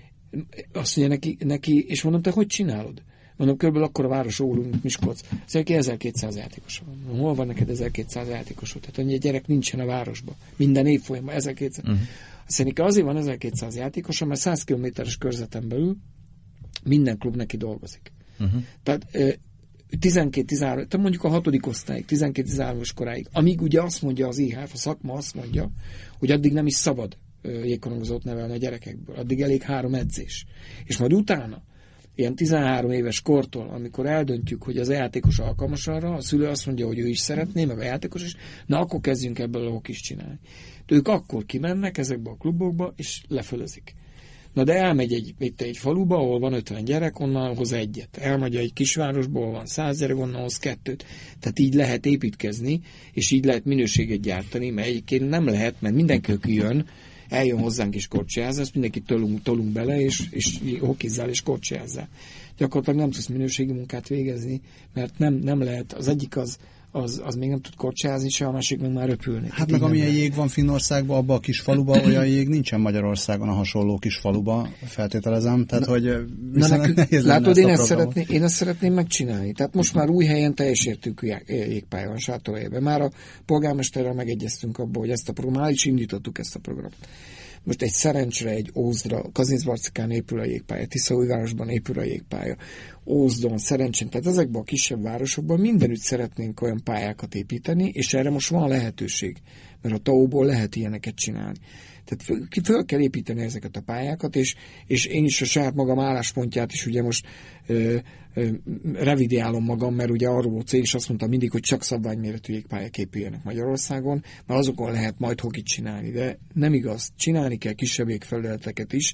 Azt mondja neki, neki, és mondom, te hogy csinálod? Mondom, körülbelül akkor a város Oulu, mint Miskolc. Azt mondja, ezerkétszáz játékos van. Hol van neked ezerkétszáz játékosod? Tehát annyi gyerek nincsen a városban. Minden évfolyamban ezerkétszáz. Uh-huh. Azt mondja, azért van ezerkétszáz játékos, mert száz kilométeres körzeten belül minden klub neki dolgozik. Uh-huh. Tehát tizenkét-tizenhárom, tehát mondjuk a hatodik osztályig, tizenkét-tizenhárom koráig, amíg ugye azt mondja az i há ef, a szakma azt mondja, hogy addig nem is szabad jégkorongozót nevelni a gyerekekből, addig elég három edzés. És majd utána, ilyen tizenhárom éves kortól, amikor eldöntjük, hogy az a játékos alkalmas arra, a szülő azt mondja, hogy ő is szeretné, meg a játékos is, na akkor kezdjünk ebből a hokis csinálni. De ők akkor kimennek ezekbe a klubokba, és lefölözik. Na de elmegy egy, itt egy faluba, ahol van ötven gyerek, onnan hoz egyet. Elmegy egy kisvárosból, ahol van száz gyerek, onnan hoz kettőt. Tehát így lehet építkezni, és így lehet minőséget gyártani, mert egyébként nem lehet, mert mindenki, aki jön, eljön hozzánk is korcsolyázni, ezt mindenkit tolunk, tolunk bele, és, és hokizzál és korcsolyázzál. Gyakorlatilag nem tudsz minőségi munkát végezni, mert nem, nem lehet. Az egyik az, az, az még nem tud korcsolyázni, se a másik meg már röpülni. Hát meg amilyen jég van Finnországban, abban a kis faluban, olyan jég nincsen Magyarországon a hasonló kis faluban, feltételezem. Tehát, na, hogy na nekünk, látod, én ezt, szeretném, én ezt szeretném megcsinálni. Tehát most már új helyen teljes értékű jégpálya van Sátorhelyben. Már a polgármesterrel megegyeztünk abban, hogy ezt a programot, már is indítottuk ezt a programot. Most egy Szerencsre, egy Ózdra, Kazincbarcikán épül a jégpálya, Tiszaújvárosban épül a jégpálya, Ózdon, Szerencsén, tehát ezekben a kisebb városokban mindenütt szeretnénk olyan pályákat építeni, és erre most van lehetőség, mert a tauból lehet ilyeneket csinálni. Tehát föl, föl kell építeni ezeket a pályákat, és, és én is a saját magam álláspontját is ugye most ö, ö, revidiálom magam, mert ugye arról volt cél, és azt mondtam mindig, hogy csak szabványméretű jégpályák épüljenek Magyarországon, mert azokon lehet majd hokit csinálni, de nem igaz. Csinálni kell kisebb jégfelületeket is,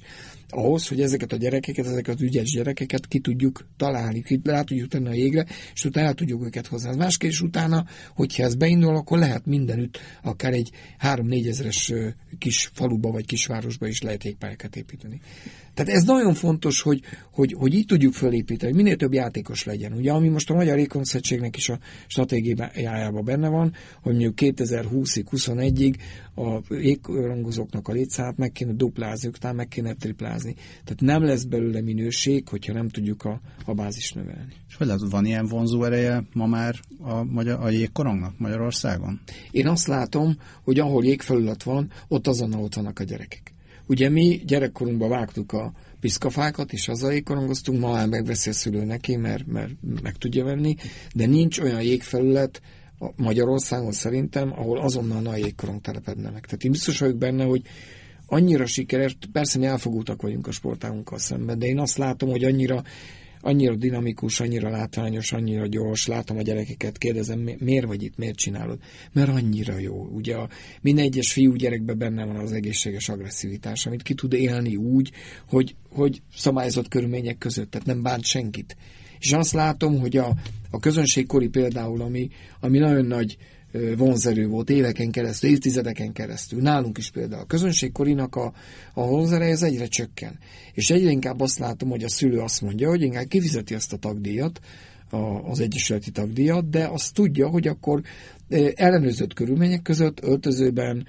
ahhoz, hogy ezeket a gyerekeket, ezeket az ügyes gyerekeket ki tudjuk találni, ki rá tudjuk tenni a jégre, és utána el tudjuk őket hozni. Másképp is utána, hogyha ez beindul, akkor lehet mindenütt, akár egy három-négy ezeres kis faluba vagy kisvárosba is lehet jégpályákat építeni. Tehát ez nagyon fontos, hogy, hogy, hogy így tudjuk fölépíteni, hogy minél több játékos legyen. Ugye, ami most a Magyar Jégkorongszövetségnek is a stratégiájában benne van, hogy mondjuk kétezer-húszig, huszonegyig a jégkorongozóknak a létszámát meg kéne duplázni, utána meg kéne triplázni. Tehát nem lesz belőle minőség, hogyha nem tudjuk a, a bázis növelni. És hogy lehet, van ilyen vonzó ereje ma már a, magyar, a jégkorongnak Magyarországon? Én azt látom, hogy ahol jégfelület van, ott azonnal ott vannak a gyerekek. Ugye mi gyerekkorunkban vágtuk a piszkafákat, és azzal jégkorongoztunk, ma már megveszi a szülő neki, mert, mert meg tudja venni, de nincs olyan jégfelület Magyarországon szerintem, ahol azonnal nagy jégkorong telepedne meg. Tehát én biztos vagyok benne, hogy annyira sikeres, persze mi elfogultak vagyunk a sportágunkkal szemben, de én azt látom, hogy annyira annyira dinamikus, annyira látványos, annyira gyors, látom a gyerekeket, kérdezem, miért vagy itt, miért csinálod? Mert annyira jó. Ugye a, minden egyes fiú gyerekben benne van az egészséges agresszivitás, amit ki tud élni úgy, hogy, hogy szabályozott körülmények között, tehát nem bánt senkit. És azt látom, hogy a, a közönségkori például, ami, ami nagyon nagy vonzerő volt éveken keresztül, évtizedeken keresztül. Nálunk is például a közönségkorinak a, a vonzereje ez egyre csökken. És egyre inkább azt látom, hogy a szülő azt mondja, hogy inkább kifizeti azt a tagdíjat, a, az egyesületi tagdíjat, de azt tudja, hogy akkor ellenőrzött körülmények között, öltözőben,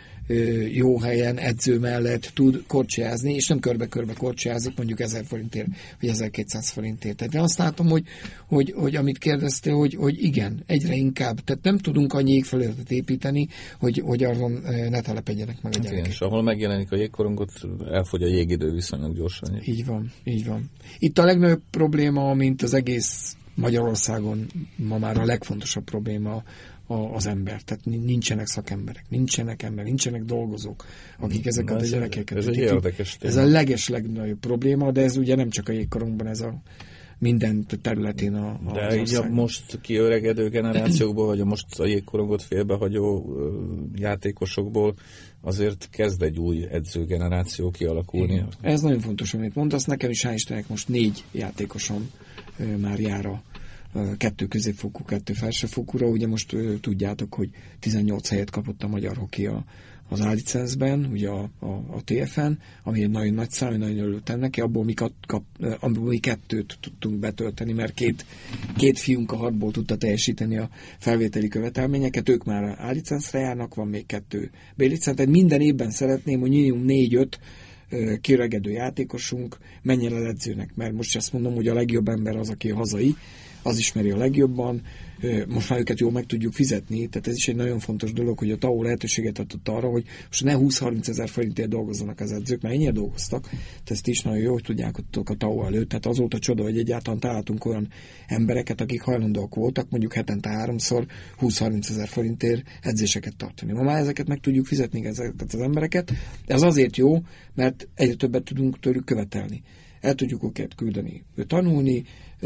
jó helyen, edző mellett tud korcsolyázni, és nem körbe-körbe korcsolyázik, mondjuk ezer forintért, vagy ezerkétszáz forintért. Tehát én azt látom, hogy, hogy, hogy amit kérdezte, hogy, hogy igen, egyre inkább, tehát nem tudunk annyi jégfelületet építeni, hogy, hogy arról ne telepedjenek meg a gyerekek. Igen, és ahol megjelenik a jégkorongot, elfogy a jégidő viszonylag gyorsan. Így van, így van. Itt a legnagyobb probléma, mint az egész Magyarországon ma már a legfontosabb probléma az ember. Tehát nincsenek szakemberek, nincsenek emberek, nincsenek dolgozók, akik ezeket ez a gyerekeket... Ez egy érdekes téma. Ez a leges legnagyobb probléma, de ez ugye nem csak a jégkorongban, ez a minden területén a, a de így a most kiöregedő generációkból, vagy a most a jégkorongot félbehagyó játékosokból azért kezd egy új edzőgeneráció kialakulni. Igen. Ez nagyon fontos, amit mondasz. Nekem is hál' Istennek most négy játékosom már jár a kettő középfokú, kettő felsőfokúra. Ugye most ö, tudjátok, hogy tizennyolc helyet kapott a magyar hoki a, az A-licencben, ugye a, a, a té ef en, ami egy nagyon nagy szám, nagyon örültem neki, abból mi, kap, kap, abból mi kettőt tudtunk betölteni, mert két, két fiunk a hatból tudta teljesíteni a felvételi követelményeket, ők már A-licencre járnak, van még kettő B-licenc, tehát minden évben szeretném, hogy minimum négy-öt kiöregedő játékosunk menjen el edzőnek, mert most azt mondom, hogy a legjobb ember az, aki hazai, az ismeri a legjobban, most már őket jól meg tudjuk fizetni, tehát ez is egy nagyon fontos dolog, hogy a té á o lehetőséget adott arra, hogy most ne húsz-harminc ezer forintért dolgozzanak az edzők, mert ennyire dolgoztak, tehát ezt is nagyon jó, hogy tudják ott a té á o előtt, tehát azóta csoda, hogy egyáltalán találtunk olyan embereket, akik hajlandóak voltak, mondjuk hetente háromszor húsz-harminc ezer forintért edzéseket tartani. Ma már ezeket meg tudjuk fizetni, ezeket az embereket, de ez azért jó, mert egyre többet tudunk tőlük követelni. El tudjuk őket küldeni tanulni,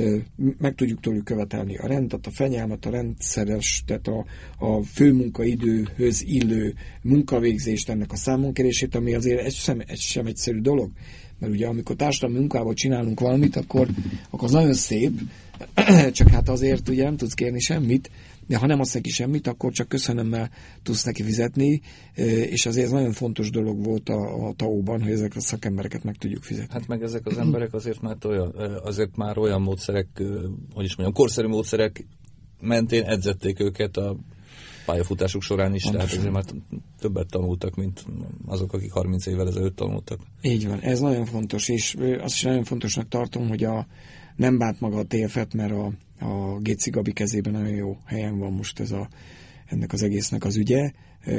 meg tudjuk tőlük követelni a rendet, a fenyelmet, a rendszeres, tehát a, a főmunkaidőhöz illő munkavégzést, ennek a számonkérését, ami azért ez sem, ez sem egyszerű dolog. Mert ugye amikor társadalmi munkával csinálunk valamit, akkor, akkor az nagyon szép, csak hát azért ugye nem tudsz kérni semmit, de ha nem adsz neki semmit, akkor csak köszönömmel tudsz neki fizetni, és azért ez nagyon fontos dolog volt a, a té á o-ban, hogy ezek a szakembereket meg tudjuk fizetni. Hát meg ezek az emberek azért már olyan, azért már olyan módszerek, hogy is mondjam, korszerű módszerek mentén edzették őket a pályafutásuk során is, pontosan. Tehát azért már többet tanultak, mint azok, akik harminc évvel ezelőtt tanultak. Így van, ez nagyon fontos, és azt is nagyon fontosnak tartom, hogy a nem bánt maga a té ef et, mert a, a Géci Gabi kezében nagyon jó helyen van most ez a, ennek az egésznek az ügye,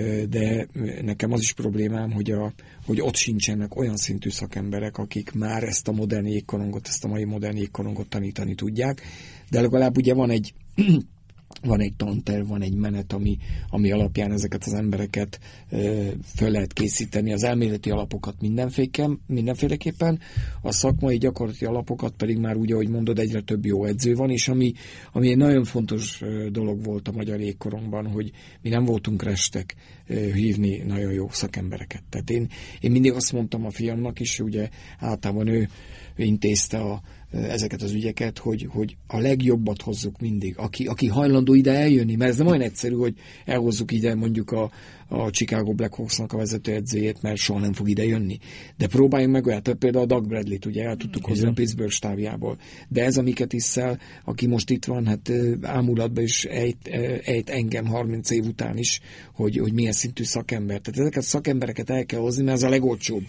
de nekem az is problémám, hogy, a, hogy ott sincsenek olyan szintű szakemberek, akik már ezt a modern jégkorongot, ezt a mai modern jégkorongot tanítani tudják, de legalább ugye van egy van egy tanterv, van egy menet, ami, ami alapján ezeket az embereket ö, föl lehet készíteni, az elméleti alapokat mindenféleképpen, mindenféleképpen, a szakmai gyakorlati alapokat pedig már úgy, ahogy mondod, egyre több jó edző van, és ami, ami egy nagyon fontos ö, dolog volt a magyar jégkorongban, hogy mi nem voltunk restek ö, hívni nagyon jó szakembereket. Tehát én, én mindig azt mondtam a fiamnak is, ugye általában ő, ő intézte a ezeket az ügyeket, hogy, hogy a legjobbat hozzuk mindig, aki, aki hajlandó ide eljönni, mert ez nem olyan egyszerű, hogy elhozzuk ide mondjuk a, a Chicago Blackhawksnak a vezetőedzőjét, mert soha nem fog ide jönni. De próbáljunk meg olyat, például a Doug Bradley-t ugye el tudtuk hozni a Pittsburgh stábjából. De ez a Miket Isszel, aki most itt van, hát ámulatban is ejt, ejt engem harminc év után is, hogy, hogy milyen szintű szakember. Tehát ezeket a szakembereket el kell hozni, mert ez a legolcsóbb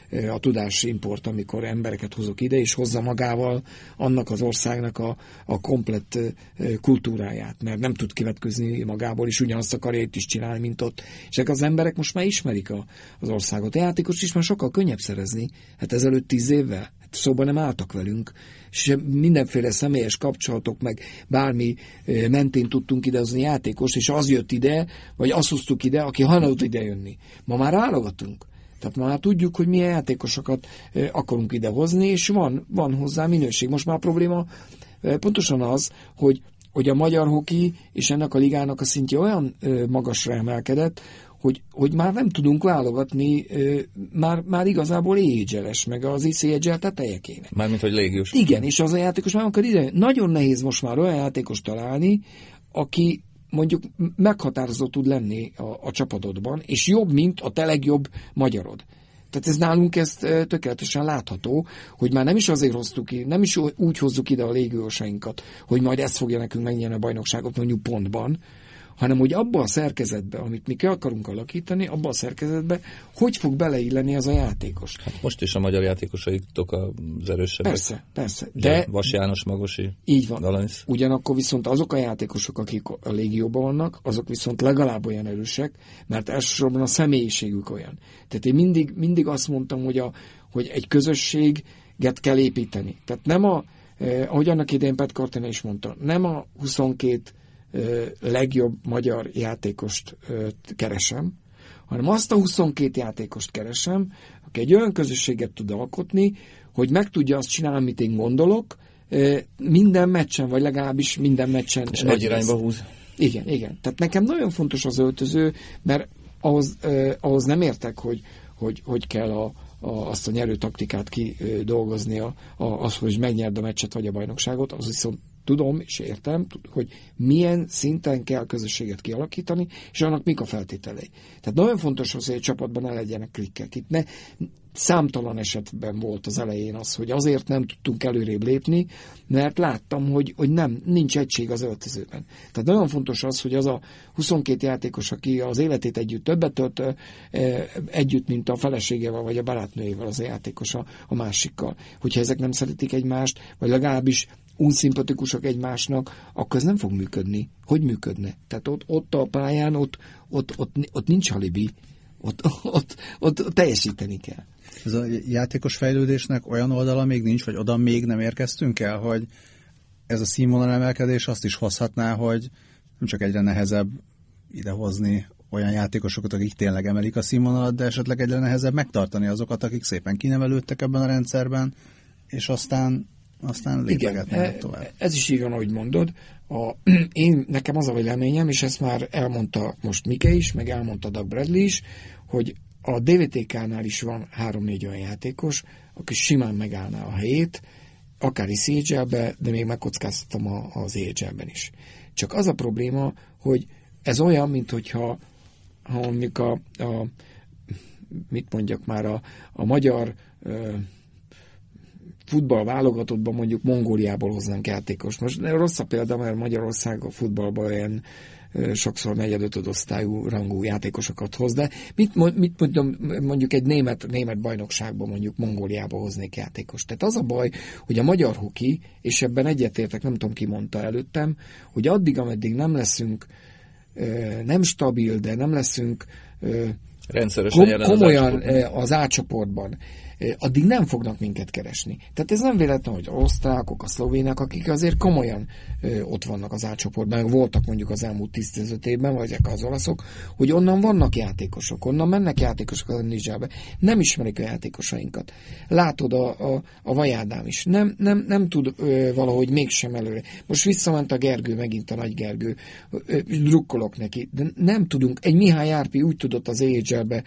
a tudásimport, amikor embereket hozok ide, és hozza magával annak az országnak a, a komplett kultúráját, mert nem tud kivetközni magából, és ugyanazt akarja itt is csinálni, mint ott. És ezek az emberek most már ismerik a, az országot. A játékos is már sokkal könnyebb szerezni. Hát ezelőtt tíz évvel. Hát szóban nem álltak velünk. És mindenféle személyes kapcsolatok, meg bármi mentén tudtunk idehozni játékost, és az jött ide, vagy azt hoztuk ide, aki hajlandó ide jönni. Ma már válogatunk. Tehát már tudjuk, hogy milyen játékosokat akarunk idehozni, és van, van hozzá minőség. Most már a probléma pontosan az, hogy, hogy a magyar hoki és ennek a ligának a szintje olyan magasra emelkedett, hogy, hogy már nem tudunk válogatni, már, már igazából á há el-es, meg az i cé há el teteje kéne. Mármint, hogy légiós. Igen, és az a játékos már akar ide. Nagyon nehéz most már olyan játékos találni, aki mondjuk meghatározó tud lenni a, a csapatodban, és jobb, mint a te legjobb magyarod. Tehát ez nálunk ez tökéletesen látható, hogy már nem is azért hoztuk ki, nem is úgy hozzuk ide a légiósainkat, hogy majd ez fogja nekünk megnyerni a bajnokságot mondjuk pontban, hanem hogy abba a szerkezetbe, amit mi ki akarunk alakítani, abba a szerkezetbe, hogy fog beleilleni az a játékos. Hát most is a magyar játékosaitok az erősebbek. Persze, persze. De Vas János, Magosi, így van. Galanisz. Ugyanakkor viszont azok a játékosok, akik a légióban vannak, azok viszont legalább olyan erősek, mert elsősorban a személyiségük olyan. Tehát én mindig, mindig azt mondtam, hogy, a, hogy egy közösséget kell építeni. Tehát nem a, eh, ahogy annak idején Pat Cartene is mondta, nem a huszonkét legjobb magyar játékost keresem, hanem azt a huszonkét játékost keresem, aki egy olyan közösséget tud alkotni, hogy meg tudja azt csinálni, amit én gondolok, minden meccsen, vagy legalábbis minden meccsen. És nagy irányba húz. Igen, igen. Tehát nekem nagyon fontos az öltöző, mert ahhoz, eh, ahhoz nem értek, hogy, hogy, hogy kell a, a, azt a nyerő taktikát kidolgozni, a, a, az, hogy megnyerd a meccset vagy a bajnokságot, az viszont tudom és értem, hogy milyen szinten kell közösséget kialakítani, és annak mik a feltételei. Tehát nagyon fontos az, hogy egy csapatban ne legyenek klikkek. Itt ne, számtalan esetben volt az elején az, hogy azért nem tudtunk előrébb lépni, mert láttam, hogy, hogy nem, nincs egység az öltözőben. Tehát nagyon fontos az, hogy az a huszonkét játékos, aki az életét együtt többet tölt együtt, mint a feleségével vagy a barátnőjével az a játékos a, a másikkal. Hogyha ezek nem szeretik egymást, vagy legalábbis unszimpatikusak egymásnak, akkor ez nem fog működni. Hogy működne? Tehát ott, ott a pályán, ott, ott, ott, ott nincs alibi, ott, ott, ott, ott teljesíteni kell. Ez a játékos fejlődésnek olyan oldala még nincs, vagy oda még nem érkeztünk el, hogy ez a színvonal emelkedés azt is hozhatná, hogy nem csak egyre nehezebb idehozni olyan játékosokat, akik tényleg emelik a színvonalat, de esetleg egyre nehezebb megtartani azokat, akik szépen kinevelődtek ebben a rendszerben, és aztán aztán lépegetnek tovább. Ez is így van, ahogy mondod. A, én, nekem az a véleményem, és ezt már elmondta most Mike is, meg elmondta Doug Bradley is, hogy a dé vé té ká-nál is van három-négy olyan játékos, aki simán megállná a helyét, akár is cé há el-be, de még megkockáztatom az á há el-ben is. Csak az a probléma, hogy ez olyan, mint hogyha ha mondjuk a, a mit mondjak már, a, a magyar futball válogatottban mondjuk Mongóliából hoznánk játékos. Most rossz a példa, mert Magyarország a futballban olyan sokszor negyed-ötöd osztályú rangú játékosokat hoz, de mit, mit mondjam, mondjuk egy német, német bajnokságban mondjuk Mongóliába hoznék játékos. Tehát az a baj, hogy a magyar hoki, és ebben egyetértek, nem tudom ki mondta előttem, hogy addig, ameddig nem leszünk nem stabil, de nem leszünk rendszeresen kom- komolyan az A csoportban, addig nem fognak minket keresni. Tehát ez nem véletlen, hogy osztrákok, a szlovének, akik azért komolyan ö, ott vannak az átcsoportban, voltak mondjuk az elmúlt tíz-tizenöt évben, vagy ezek az olaszok, hogy onnan vannak játékosok, onnan mennek játékosok az Nizsábe. Nem ismerik a játékosainkat. Látod a, a, a Vajádám is. Nem, nem, nem tud ö, valahogy mégsem előre. Most visszament a Gergő, megint a nagy Gergő. Ö, drukkolok neki. De nem tudunk. Egy Mihály Árpi úgy tudott az á há el-be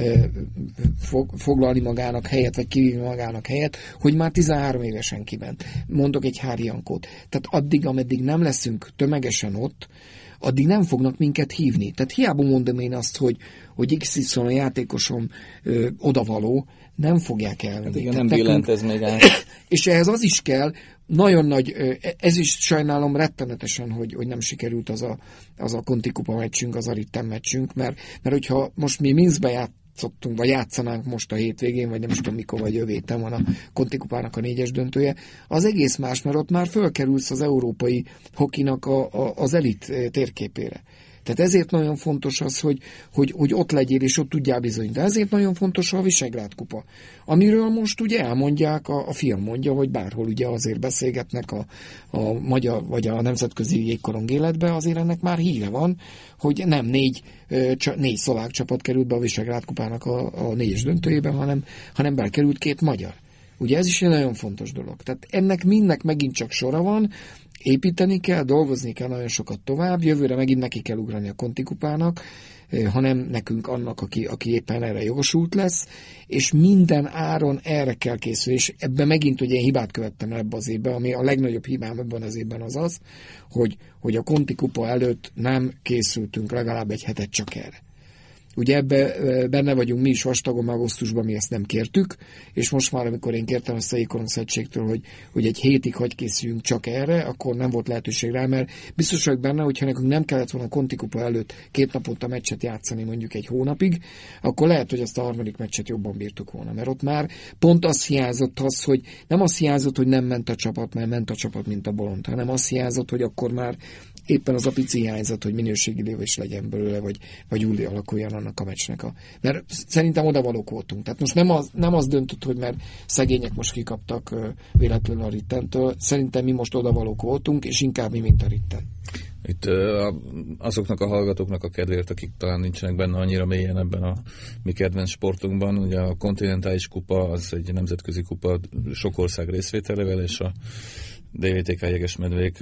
fog, foglalni magának helyet, vagy kivívni magának helyet, hogy már tizenhárom évesen kiment. Mondok egy Hári Jankót. Tehát addig, ameddig nem leszünk tömegesen ott, addig nem fognak minket hívni. Tehát hiába mondom én azt, hogy, hogy iksz ipszilon játékosom ö, odavaló, nem fogják elvenni. Hát igen, nem billent ez még át. És ehhez az is kell, nagyon nagy, ez is sajnálom rettenetesen, hogy, hogy nem sikerült az a, az a Conti Kupa meccsünk, az a Ritten meccsünk, mert, mert hogyha most mi Minskbe játszottunk, vagy játszanánk most a hétvégén, vagy nem is tudom mikor, vagy jövő héten van a Conti Kupának a négyes döntője, az egész más, mert ott már fölkerülsz az európai hokinak a, a, az elit térképére. Tehát ezért nagyon fontos az, hogy, hogy, hogy ott legyél, és ott tudjál bizonyítani. De ezért nagyon fontos a Visegrád kupa, amiről most ugye elmondják, a, a film mondja, hogy bárhol ugye azért beszélgetnek a, a magyar, vagy a nemzetközi jégkorong életbe, azért ennek már híre van, hogy nem négy, négy szlovák csapat került be a Visegrád kupának a, a négyes döntőjében, hanem, hanem bekerült két magyar. Ugye ez is egy nagyon fontos dolog. Tehát ennek mindnek megint csak sora van, építeni kell, dolgozni kell nagyon sokat tovább, jövőre megint neki kell ugrani a Conti kupának, hanem nekünk annak, aki, aki éppen erre jogosult lesz, és minden áron erre kell készülni, és ebben megint ugye én hibát követtem ebbe az évben, ami a legnagyobb hibám ebben az évben az az, hogy, hogy a Conti kupa előtt nem készültünk legalább egy hetet csak erre. Ugye ebbe benne vagyunk mi is vastagon, augusztusban mi ezt nem kértük, és most már, amikor én kértem ezt a Jégkorong Szövetségtől, hogy, hogy egy hétig hagy készüljünk csak erre, akkor nem volt lehetőség rá, mert biztos vagyok benne, hogyha nekünk nem kellett volna a Conti kupa előtt két naponta meccset játszani mondjuk egy hónapig, akkor lehet, hogy azt a harmadik meccset jobban bírtuk volna, mert ott már pont az hiányzott az, hogy nem az hiányzott, hogy nem ment a csapat, mert ment a csapat, mint a bolond, hanem az hiányzott, hogy akkor már éppen az a pici hiányzat, hogy minőségi lövés legyen belőle, vagy, vagy úgy alakuljon annak a meccsnek. A... Mert szerintem odavalók voltunk. Tehát most nem az, nem az döntött, hogy mert szegények most kikaptak uh, véletlenül a Rittentől. Szerintem mi most odavalók voltunk, és inkább mi, mint a Ritten. Itt uh, azoknak a hallgatóknak a kedvéért, akik talán nincsenek benne annyira mélyen ebben a mi kedvenc sportunkban, ugye a kontinentális kupa, az egy nemzetközi kupa sok ország részvételével, és a dé vé té ká Jegesmedvék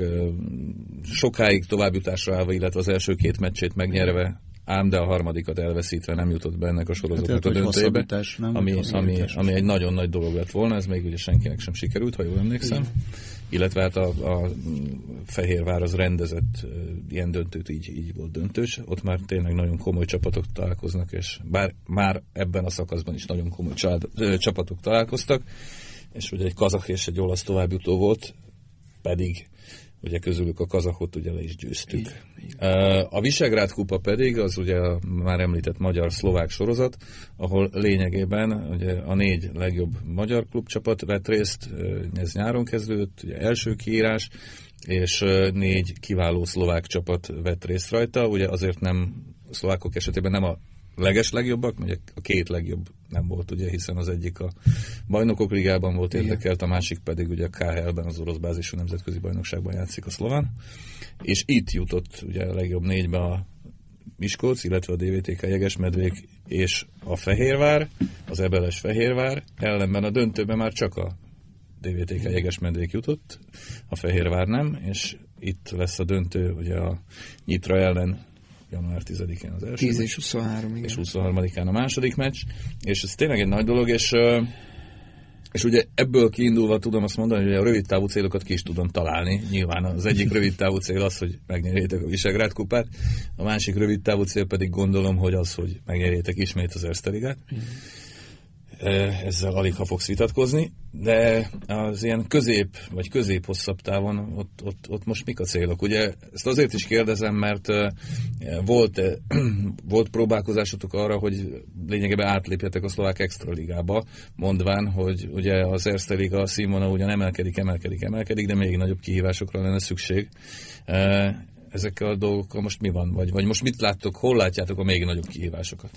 sokáig továbbjutásra állva, illetve az első két meccsét megnyerve, ám de a harmadikat elveszítve nem jutott be ennek a sorozatnak a döntőjébe, ami, ami, ami egy nagyon nagy dolog lett volna, ez még ugye senkinek sem sikerült, ha jól emlékszem. Igen. Illetve hát a, a Fehérvár az rendezett ilyen döntőt, így, így volt döntős. Ott már tényleg nagyon komoly csapatok találkoznak, és bár már ebben a szakaszban is nagyon komoly család, ö, csapatok találkoztak, és ugye egy kazah és egy olasz továbbjutó volt, pedig ugye közülük a kazahot ugye le is győztük. Igen, igen. A Visegrád kupa pedig az ugye a már említett magyar-szlovák sorozat, ahol lényegében ugye a négy legjobb magyar klubcsapat vett részt, ez nyáron kezdődött, ugye első kiírás, és négy kiváló szlovák csapat vett részt rajta, ugye azért nem, a szlovákok esetében nem a leges legjobbak, mert a két legjobb nem volt, ugye, hiszen az egyik a Bajnokok Ligában volt érdekelt, a másik pedig ugye a ká há el-ben, az orosz bázisú nemzetközi bajnokságban játszik a szlován, és itt jutott ugye a legjobb négybe a Miskolc, illetve a dé vé té ká Jegesmedvék és a Fehérvár, az ebeles Fehérvár, ellenben a döntőben már csak a dé vé té ká Jegesmedvék jutott, a Fehérvár nem, és itt lesz a döntő ugye a Nyitra ellen január tizedikén az első. tíz és huszonhárom, igen. És huszonharmadikán a második meccs, és ez tényleg egy nagy dolog, és, és ugye ebből kiindulva tudom azt mondani, hogy a rövid távú célokat ki is tudom találni. Nyilván az egyik rövid távú cél az, hogy megnyerjétek a Visegrád kupát, a másik rövid távú cél pedig gondolom, hogy az, hogy megnyerjétek ismét az Erste Ligát. Ezzel alig ha fogsz vitatkozni, de az ilyen közép vagy közép-hosszabb távon ott, ott, ott most mik a célok? Ugye ezt azért is kérdezem, mert volt, volt próbálkozásotok arra, hogy lényegében átlépjetek a szlovák extraligába, mondván, hogy ugye az Erste Liga színvonal ugyan emelkedik, emelkedik, emelkedik, de még nagyobb kihívásokra lenne szükség. Ezekkel a dolgokkal most mi van? Vagy, vagy most mit láttok, hol látjátok a még nagyobb kihívásokat?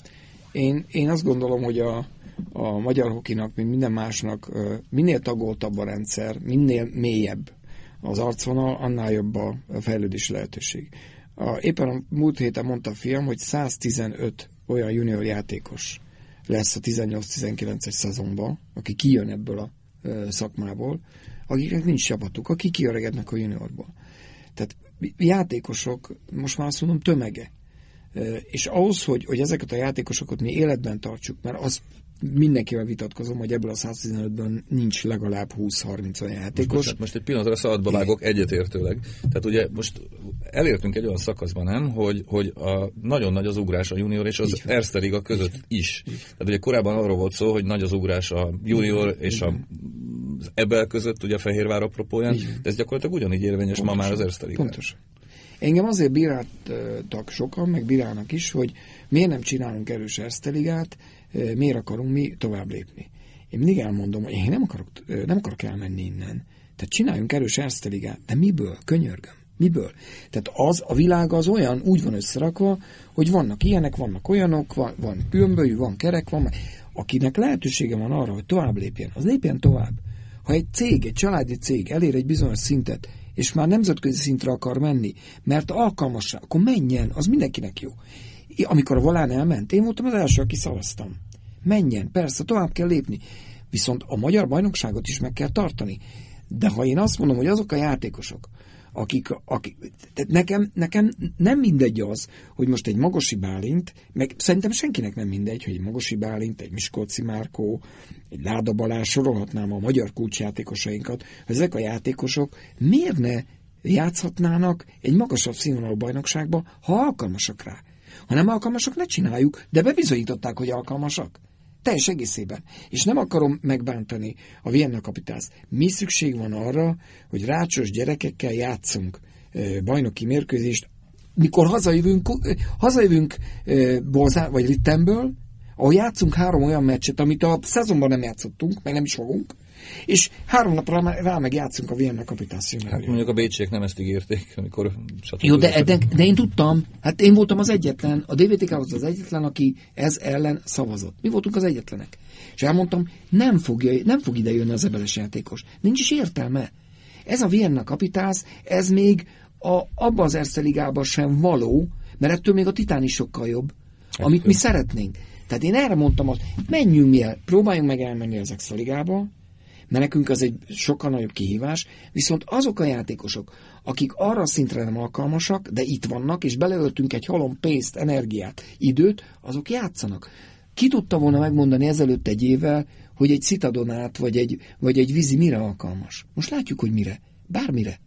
Én, én azt gondolom, hogy a, a magyar hokinak, mint minden másnak, minél tagoltabb a rendszer, minél mélyebb az arcvonal, annál jobb a fejlődési lehetőség. A, éppen a múlt héten mondta a fiam, hogy száztizenöt olyan junior játékos lesz a tizennyolc-tizenkilences szezonban, aki kijön ebből a ö, szakmából, akiknek nincs csapatuk, akik kiöregednek a juniorból. Tehát játékosok, most már azt mondom, tömege. Ö, és ahhoz, hogy, hogy ezeket a játékosokat mi életben tartsuk, mert az mindenkivel vitatkozom, hogy ebből a száztizenötből nincs legalább húsz-harminc olyan játékos. Most, most egy pillanatra szabadba vágok egyetértőleg. Tehát ugye most elértünk egy olyan szakaszban, nem, hogy, hogy a, nagyon nagy az ugrás a junior és az Erste Liga között így is. Így. Tehát ugye korábban arról volt szó, hogy nagy az ugrás a junior így és a, az Ebel között, ugye a Fehérvár apropóján, de ez gyakorlatilag ugyanígy érvényes pontosan, ma már az Erste Liga. Pontosan. Engem azért bíráltak sokan, meg bírálnak is, hogy miért nem csinálunk erős Erste Ligát, miért akarunk mi tovább lépni. Én mindig elmondom, hogy én nem akarok, nem akarok elmenni innen. Tehát csináljunk erős Erste Ligát, de miből? Könyörgöm. Miből? Tehát az, a világ az olyan, úgy van összerakva, hogy vannak ilyenek, vannak olyanok, van, van gömbölyű, van kerek, van, akinek lehetősége van arra, hogy tovább lépjen, az lépjen tovább. Ha egy cég, egy családi cég elér egy bizonyos szintet, és már nemzetközi szintre akar menni, mert alkalmas rá, akkor menjen, az mindenkinek jó. Amikor a Volán elment, én voltam az első, aki szavaztam. Menjen, persze, tovább kell lépni. Viszont a magyar bajnokságot is meg kell tartani. De ha én azt mondom, hogy azok a játékosok, akik, akik nekem, nekem nem mindegy az, hogy most egy Magosi Bálint, meg szerintem senkinek nem mindegy, hogy egy Magosi Bálint, egy Miskolci Márkó, egy Láda Balázs, sorolhatnám a magyar kulcsjátékosainkat, hogy ezek a játékosok miért ne játszhatnának egy magasabb színvonalú bajnokságba, ha alkalmasak rá. Ha nem alkalmasak, ne csináljuk, de bebizonyították, hogy alkalmasak. Teljes egészében. És nem akarom megbántani a Vienna Capitals. Mi szükség van arra, hogy rácsos gyerekekkel játszunk bajnoki mérkőzést, mikor hazajövünk, hazajövünk Bolzán, vagy Rittenből, ahol játszunk három olyan meccset, amit a szezonban nem játszottunk, meg nem is fogunk, és három napra rá meg játszunk a Vienna Capitals. Hát mondjuk a bécsiek nem ezt ígérték, amikor... Jó, de, de, de én tudtam, hát én voltam az egyetlen, a dé vé té ká az az egyetlen, aki ez ellen szavazott. Mi voltunk az egyetlenek. És elmondtam, nem, fogja, nem fog ide jönni az ebeles játékos. Nincs is értelme. Ez a Vienna Capitals, ez még a, abba az Erste Ligában sem való, mert ettől még a Titán is sokkal jobb, hát amit jó. Mi szeretnénk. Tehát én erre mondtam azt, menjünk mi el, próbáljunk meg elmenni az Erste Ligába, mert nekünk az egy sokkal nagyobb kihívás, viszont azok a játékosok, akik arra szintre nem alkalmasak, de itt vannak, és beleöltünk egy halom pénzt, energiát, időt, azok játszanak. Ki tudta volna megmondani ezelőtt egy évvel, hogy egy Citadonát, vagy egy, vagy egy vízi mire alkalmas? Most látjuk, hogy mire. Bármire.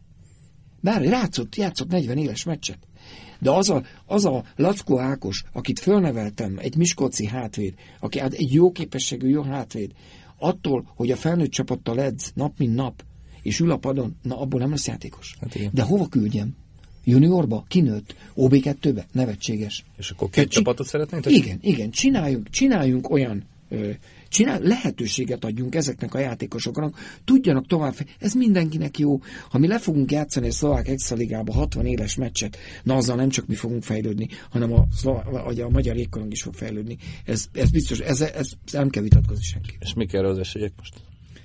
Bár játszott, játszott negyven éles meccset. De az a, az a Lackó Ákos, akit fölneveltem, egy miskolci hátvéd, aki egy jó képességű, jó hátvéd, attól, hogy a felnőtt csapattal edz nap mint nap, és ül a padon, na abból nem lesz játékos. Hát de hova küldjem? Juniorba? Kinőtt? ó bé kettőbe? Nevetséges. És akkor két Csi- csapatot szeretnénk? Igen, igen. Csináljunk, csináljunk olyan, ö, csinál, lehetőséget adjunk ezeknek a játékosoknak, tudjanak tovább. Ez mindenkinek jó. Ha mi le fogunk játszani a szlovák extraligába hatvan éles meccset, na azzal nem csak mi fogunk fejlődni, hanem a, szlová- a magyar jégkorong is fog fejlődni. Ez, ez biztos, ez, ez nem kell vitatkozni senki. És mik erre az esélyek most?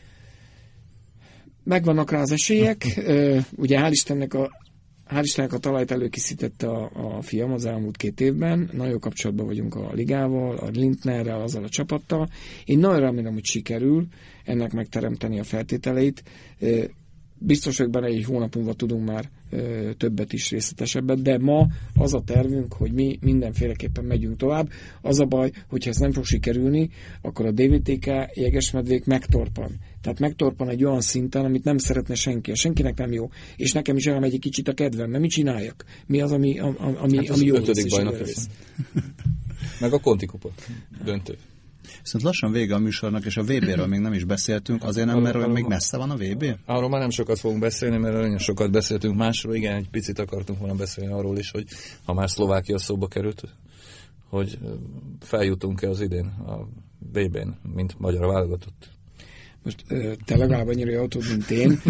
Megvannak rá az esélyek. Ugye hál' Istennek a Hál' Istennek a talajt előkészítette a, a fiam az elmúlt két évben. Nagyon kapcsolatban vagyunk a ligával, a Lindnerrel, azzal a csapattal. Én nagyon remélem, hogy sikerül ennek megteremteni a feltételeit. Biztos vagyok benne, egy hónap múlva tudunk már ö, többet is, részletesebbet, de ma az a tervünk, hogy mi mindenféleképpen megyünk tovább. Az a baj, hogyha ez nem fog sikerülni, akkor a dé vé té ká Jegesmedvék megtorpan. Tehát megtorpan egy olyan szinten, amit nem szeretne senki. Senkinek nem jó. És nekem is elmegy egy kicsit a kedvem, mert mit csináljak? Mi az, ami, ami, ami, hát ami jó ötödik bajnok lesz. Meg a Conti Kupa döntő. Viszont lassan vége a műsornak, és a vé béről még nem is beszéltünk, azért nem, mert arról, még messze van a vé bé? Arról már nem sokat fogunk beszélni, mert nagyon sokat beszéltünk másról. Igen, egy picit akartunk volna beszélni arról is, hogy ha már Szlovákia szóba került, hogy feljutunk-e az idén a vé bén, mint magyar válogatott. most te legalább annyira jól tudod, mint én,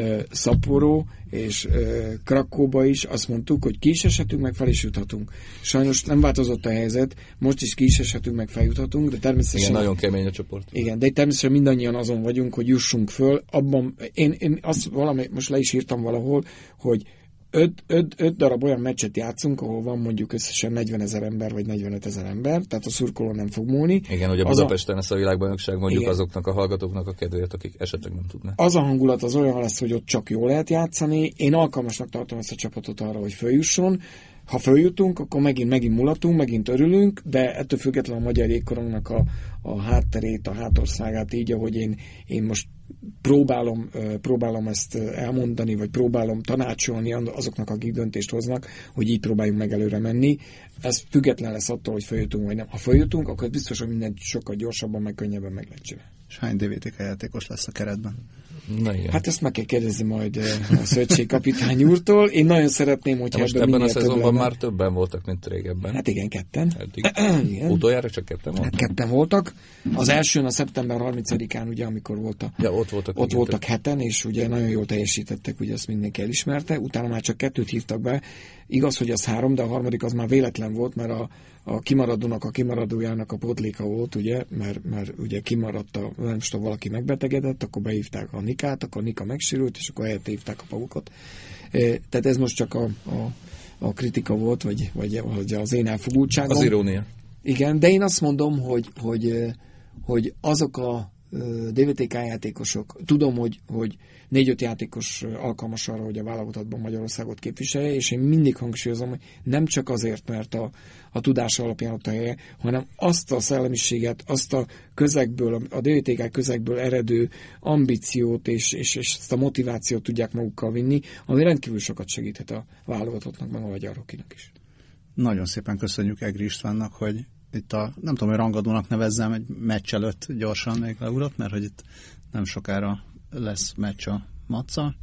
Sapporo és Krakóba is azt mondtuk, hogy ki is eshetünk, meg fel is juthatunk. Sajnos nem változott a helyzet, most is ki is eshetünk, meg feljuthatunk, de természetesen... Igen, nagyon kemény a csoport. Igen, de természetesen mindannyian azon vagyunk, hogy jussunk föl. Abban, én, én azt valami, most le is írtam valahol, hogy Öt, öt, öt darab olyan meccset játszunk, ahol van mondjuk összesen negyvenezer ember, vagy negyvenöt ezer ember, tehát a szurkoló nem fog múlni. Igen, hogy a Budapesten lesz a világbajnokság, mondjuk igen. azoknak a hallgatóknak a kedvéért, akik esetleg nem tudnak. Az a hangulat az olyan lesz, hogy ott csak jól lehet játszani. Én alkalmasnak tartom ezt a csapatot arra, hogy följusson. Ha följutunk, akkor megint, megint mulatunk, megint örülünk, de ettől függetlenül a magyar jégkorongnak a, a hátterét, a hátországát így, ahogy én, én most próbálom, próbálom ezt elmondani, vagy próbálom tanácsolni azoknak, akik döntést hoznak, hogy így próbáljunk meg előre menni. Ez független lesz attól, hogy följutunk, vagy nem. Ha följutunk, akkor biztos, hogy mindent sokkal gyorsabban, meg könnyebben meg lehet csinálni. És hány dé vé té ká játékos lesz a keretben? Na, igen. Hát ezt meg kell kérdezni majd a szövetségkapitány úrtól. Én nagyon szeretném, hogyha most ebben, ebben a több szezonban lenne. Már többen voltak, mint régebben. Hát igen, ketten. Igen. Utoljára csak ketten voltak? Hát ketten voltak. Az elsőn a szeptember harmincadikán, ugye, amikor volt a, ja, ott voltak, ott voltak heten, és ugye nagyon jól teljesítettek, ugye ezt mindenki elismerte. Utána már csak kettőt hívtak be. Igaz, hogy az három, de a harmadik az már véletlen volt, mert a, a kimaradónak a kimaradójának a pótléka volt, ugye, mert, mert ugye kimaradt a, nem tudom, valaki megbetegedett, akkor behívták a Nikát, akkor Nika megsérült, és akkor helyette hívták a Pavukot. E, tehát ez most csak a, a, a kritika volt, vagy, vagy, vagy az én elfogultságom. Az irónia. Igen, de én azt mondom, hogy, hogy, hogy azok a dé vé té ká játékosok, tudom, hogy, hogy négy-öt játékos alkalmas arra, hogy a válogatotban Magyarországot képviselje, és én mindig hangsúlyozom, hogy nem csak azért, mert a, a tudás alapján ott a helye, hanem azt a szellemiséget, azt a közegből, a dé vé té ká közegből eredő ambíciót és, és, és ezt a motivációt tudják magukkal vinni, ami rendkívül sokat segíthet a válogatottnak, meg a magyar hokinak is. Nagyon szépen köszönjük Egri Istvánnak, hogy itt a, nem tudom, hogy rangadónak nevezzem egy meccs előtt gyorsan még leurott, mert hogy itt nem sokára lesz meccs a Matza.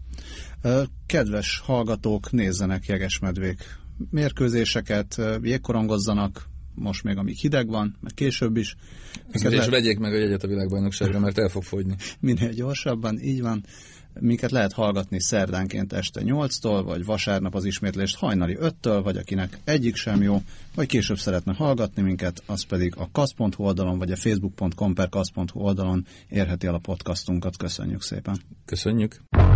Kedves hallgatók, nézzenek jegesmedvék mérkőzéseket, jégkorongozzanak, most még amíg hideg van, meg később is. És lehet... vegyék meg a jegyet a világbajnokságra, mert el fog fogyni. Minél gyorsabban, így van. Minket lehet hallgatni szerdánként este nyolctól, vagy vasárnap az ismétlést hajnali öttől, vagy akinek egyik sem jó, vagy később szeretne hallgatni minket, az pedig a kasz pont hu oldalon, vagy a facebook pont com per kasz pont hu oldalon érheti el a podcastunkat. Köszönjük szépen! Köszönjük!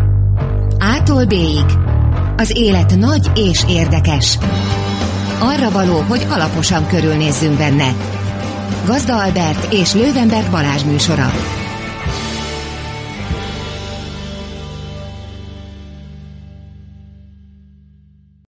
A-tól B-ig. Az élet nagy és érdekes. Arra való, hogy alaposan körülnézzünk benne. Gazda Albert és Löwenberg Balázs műsora.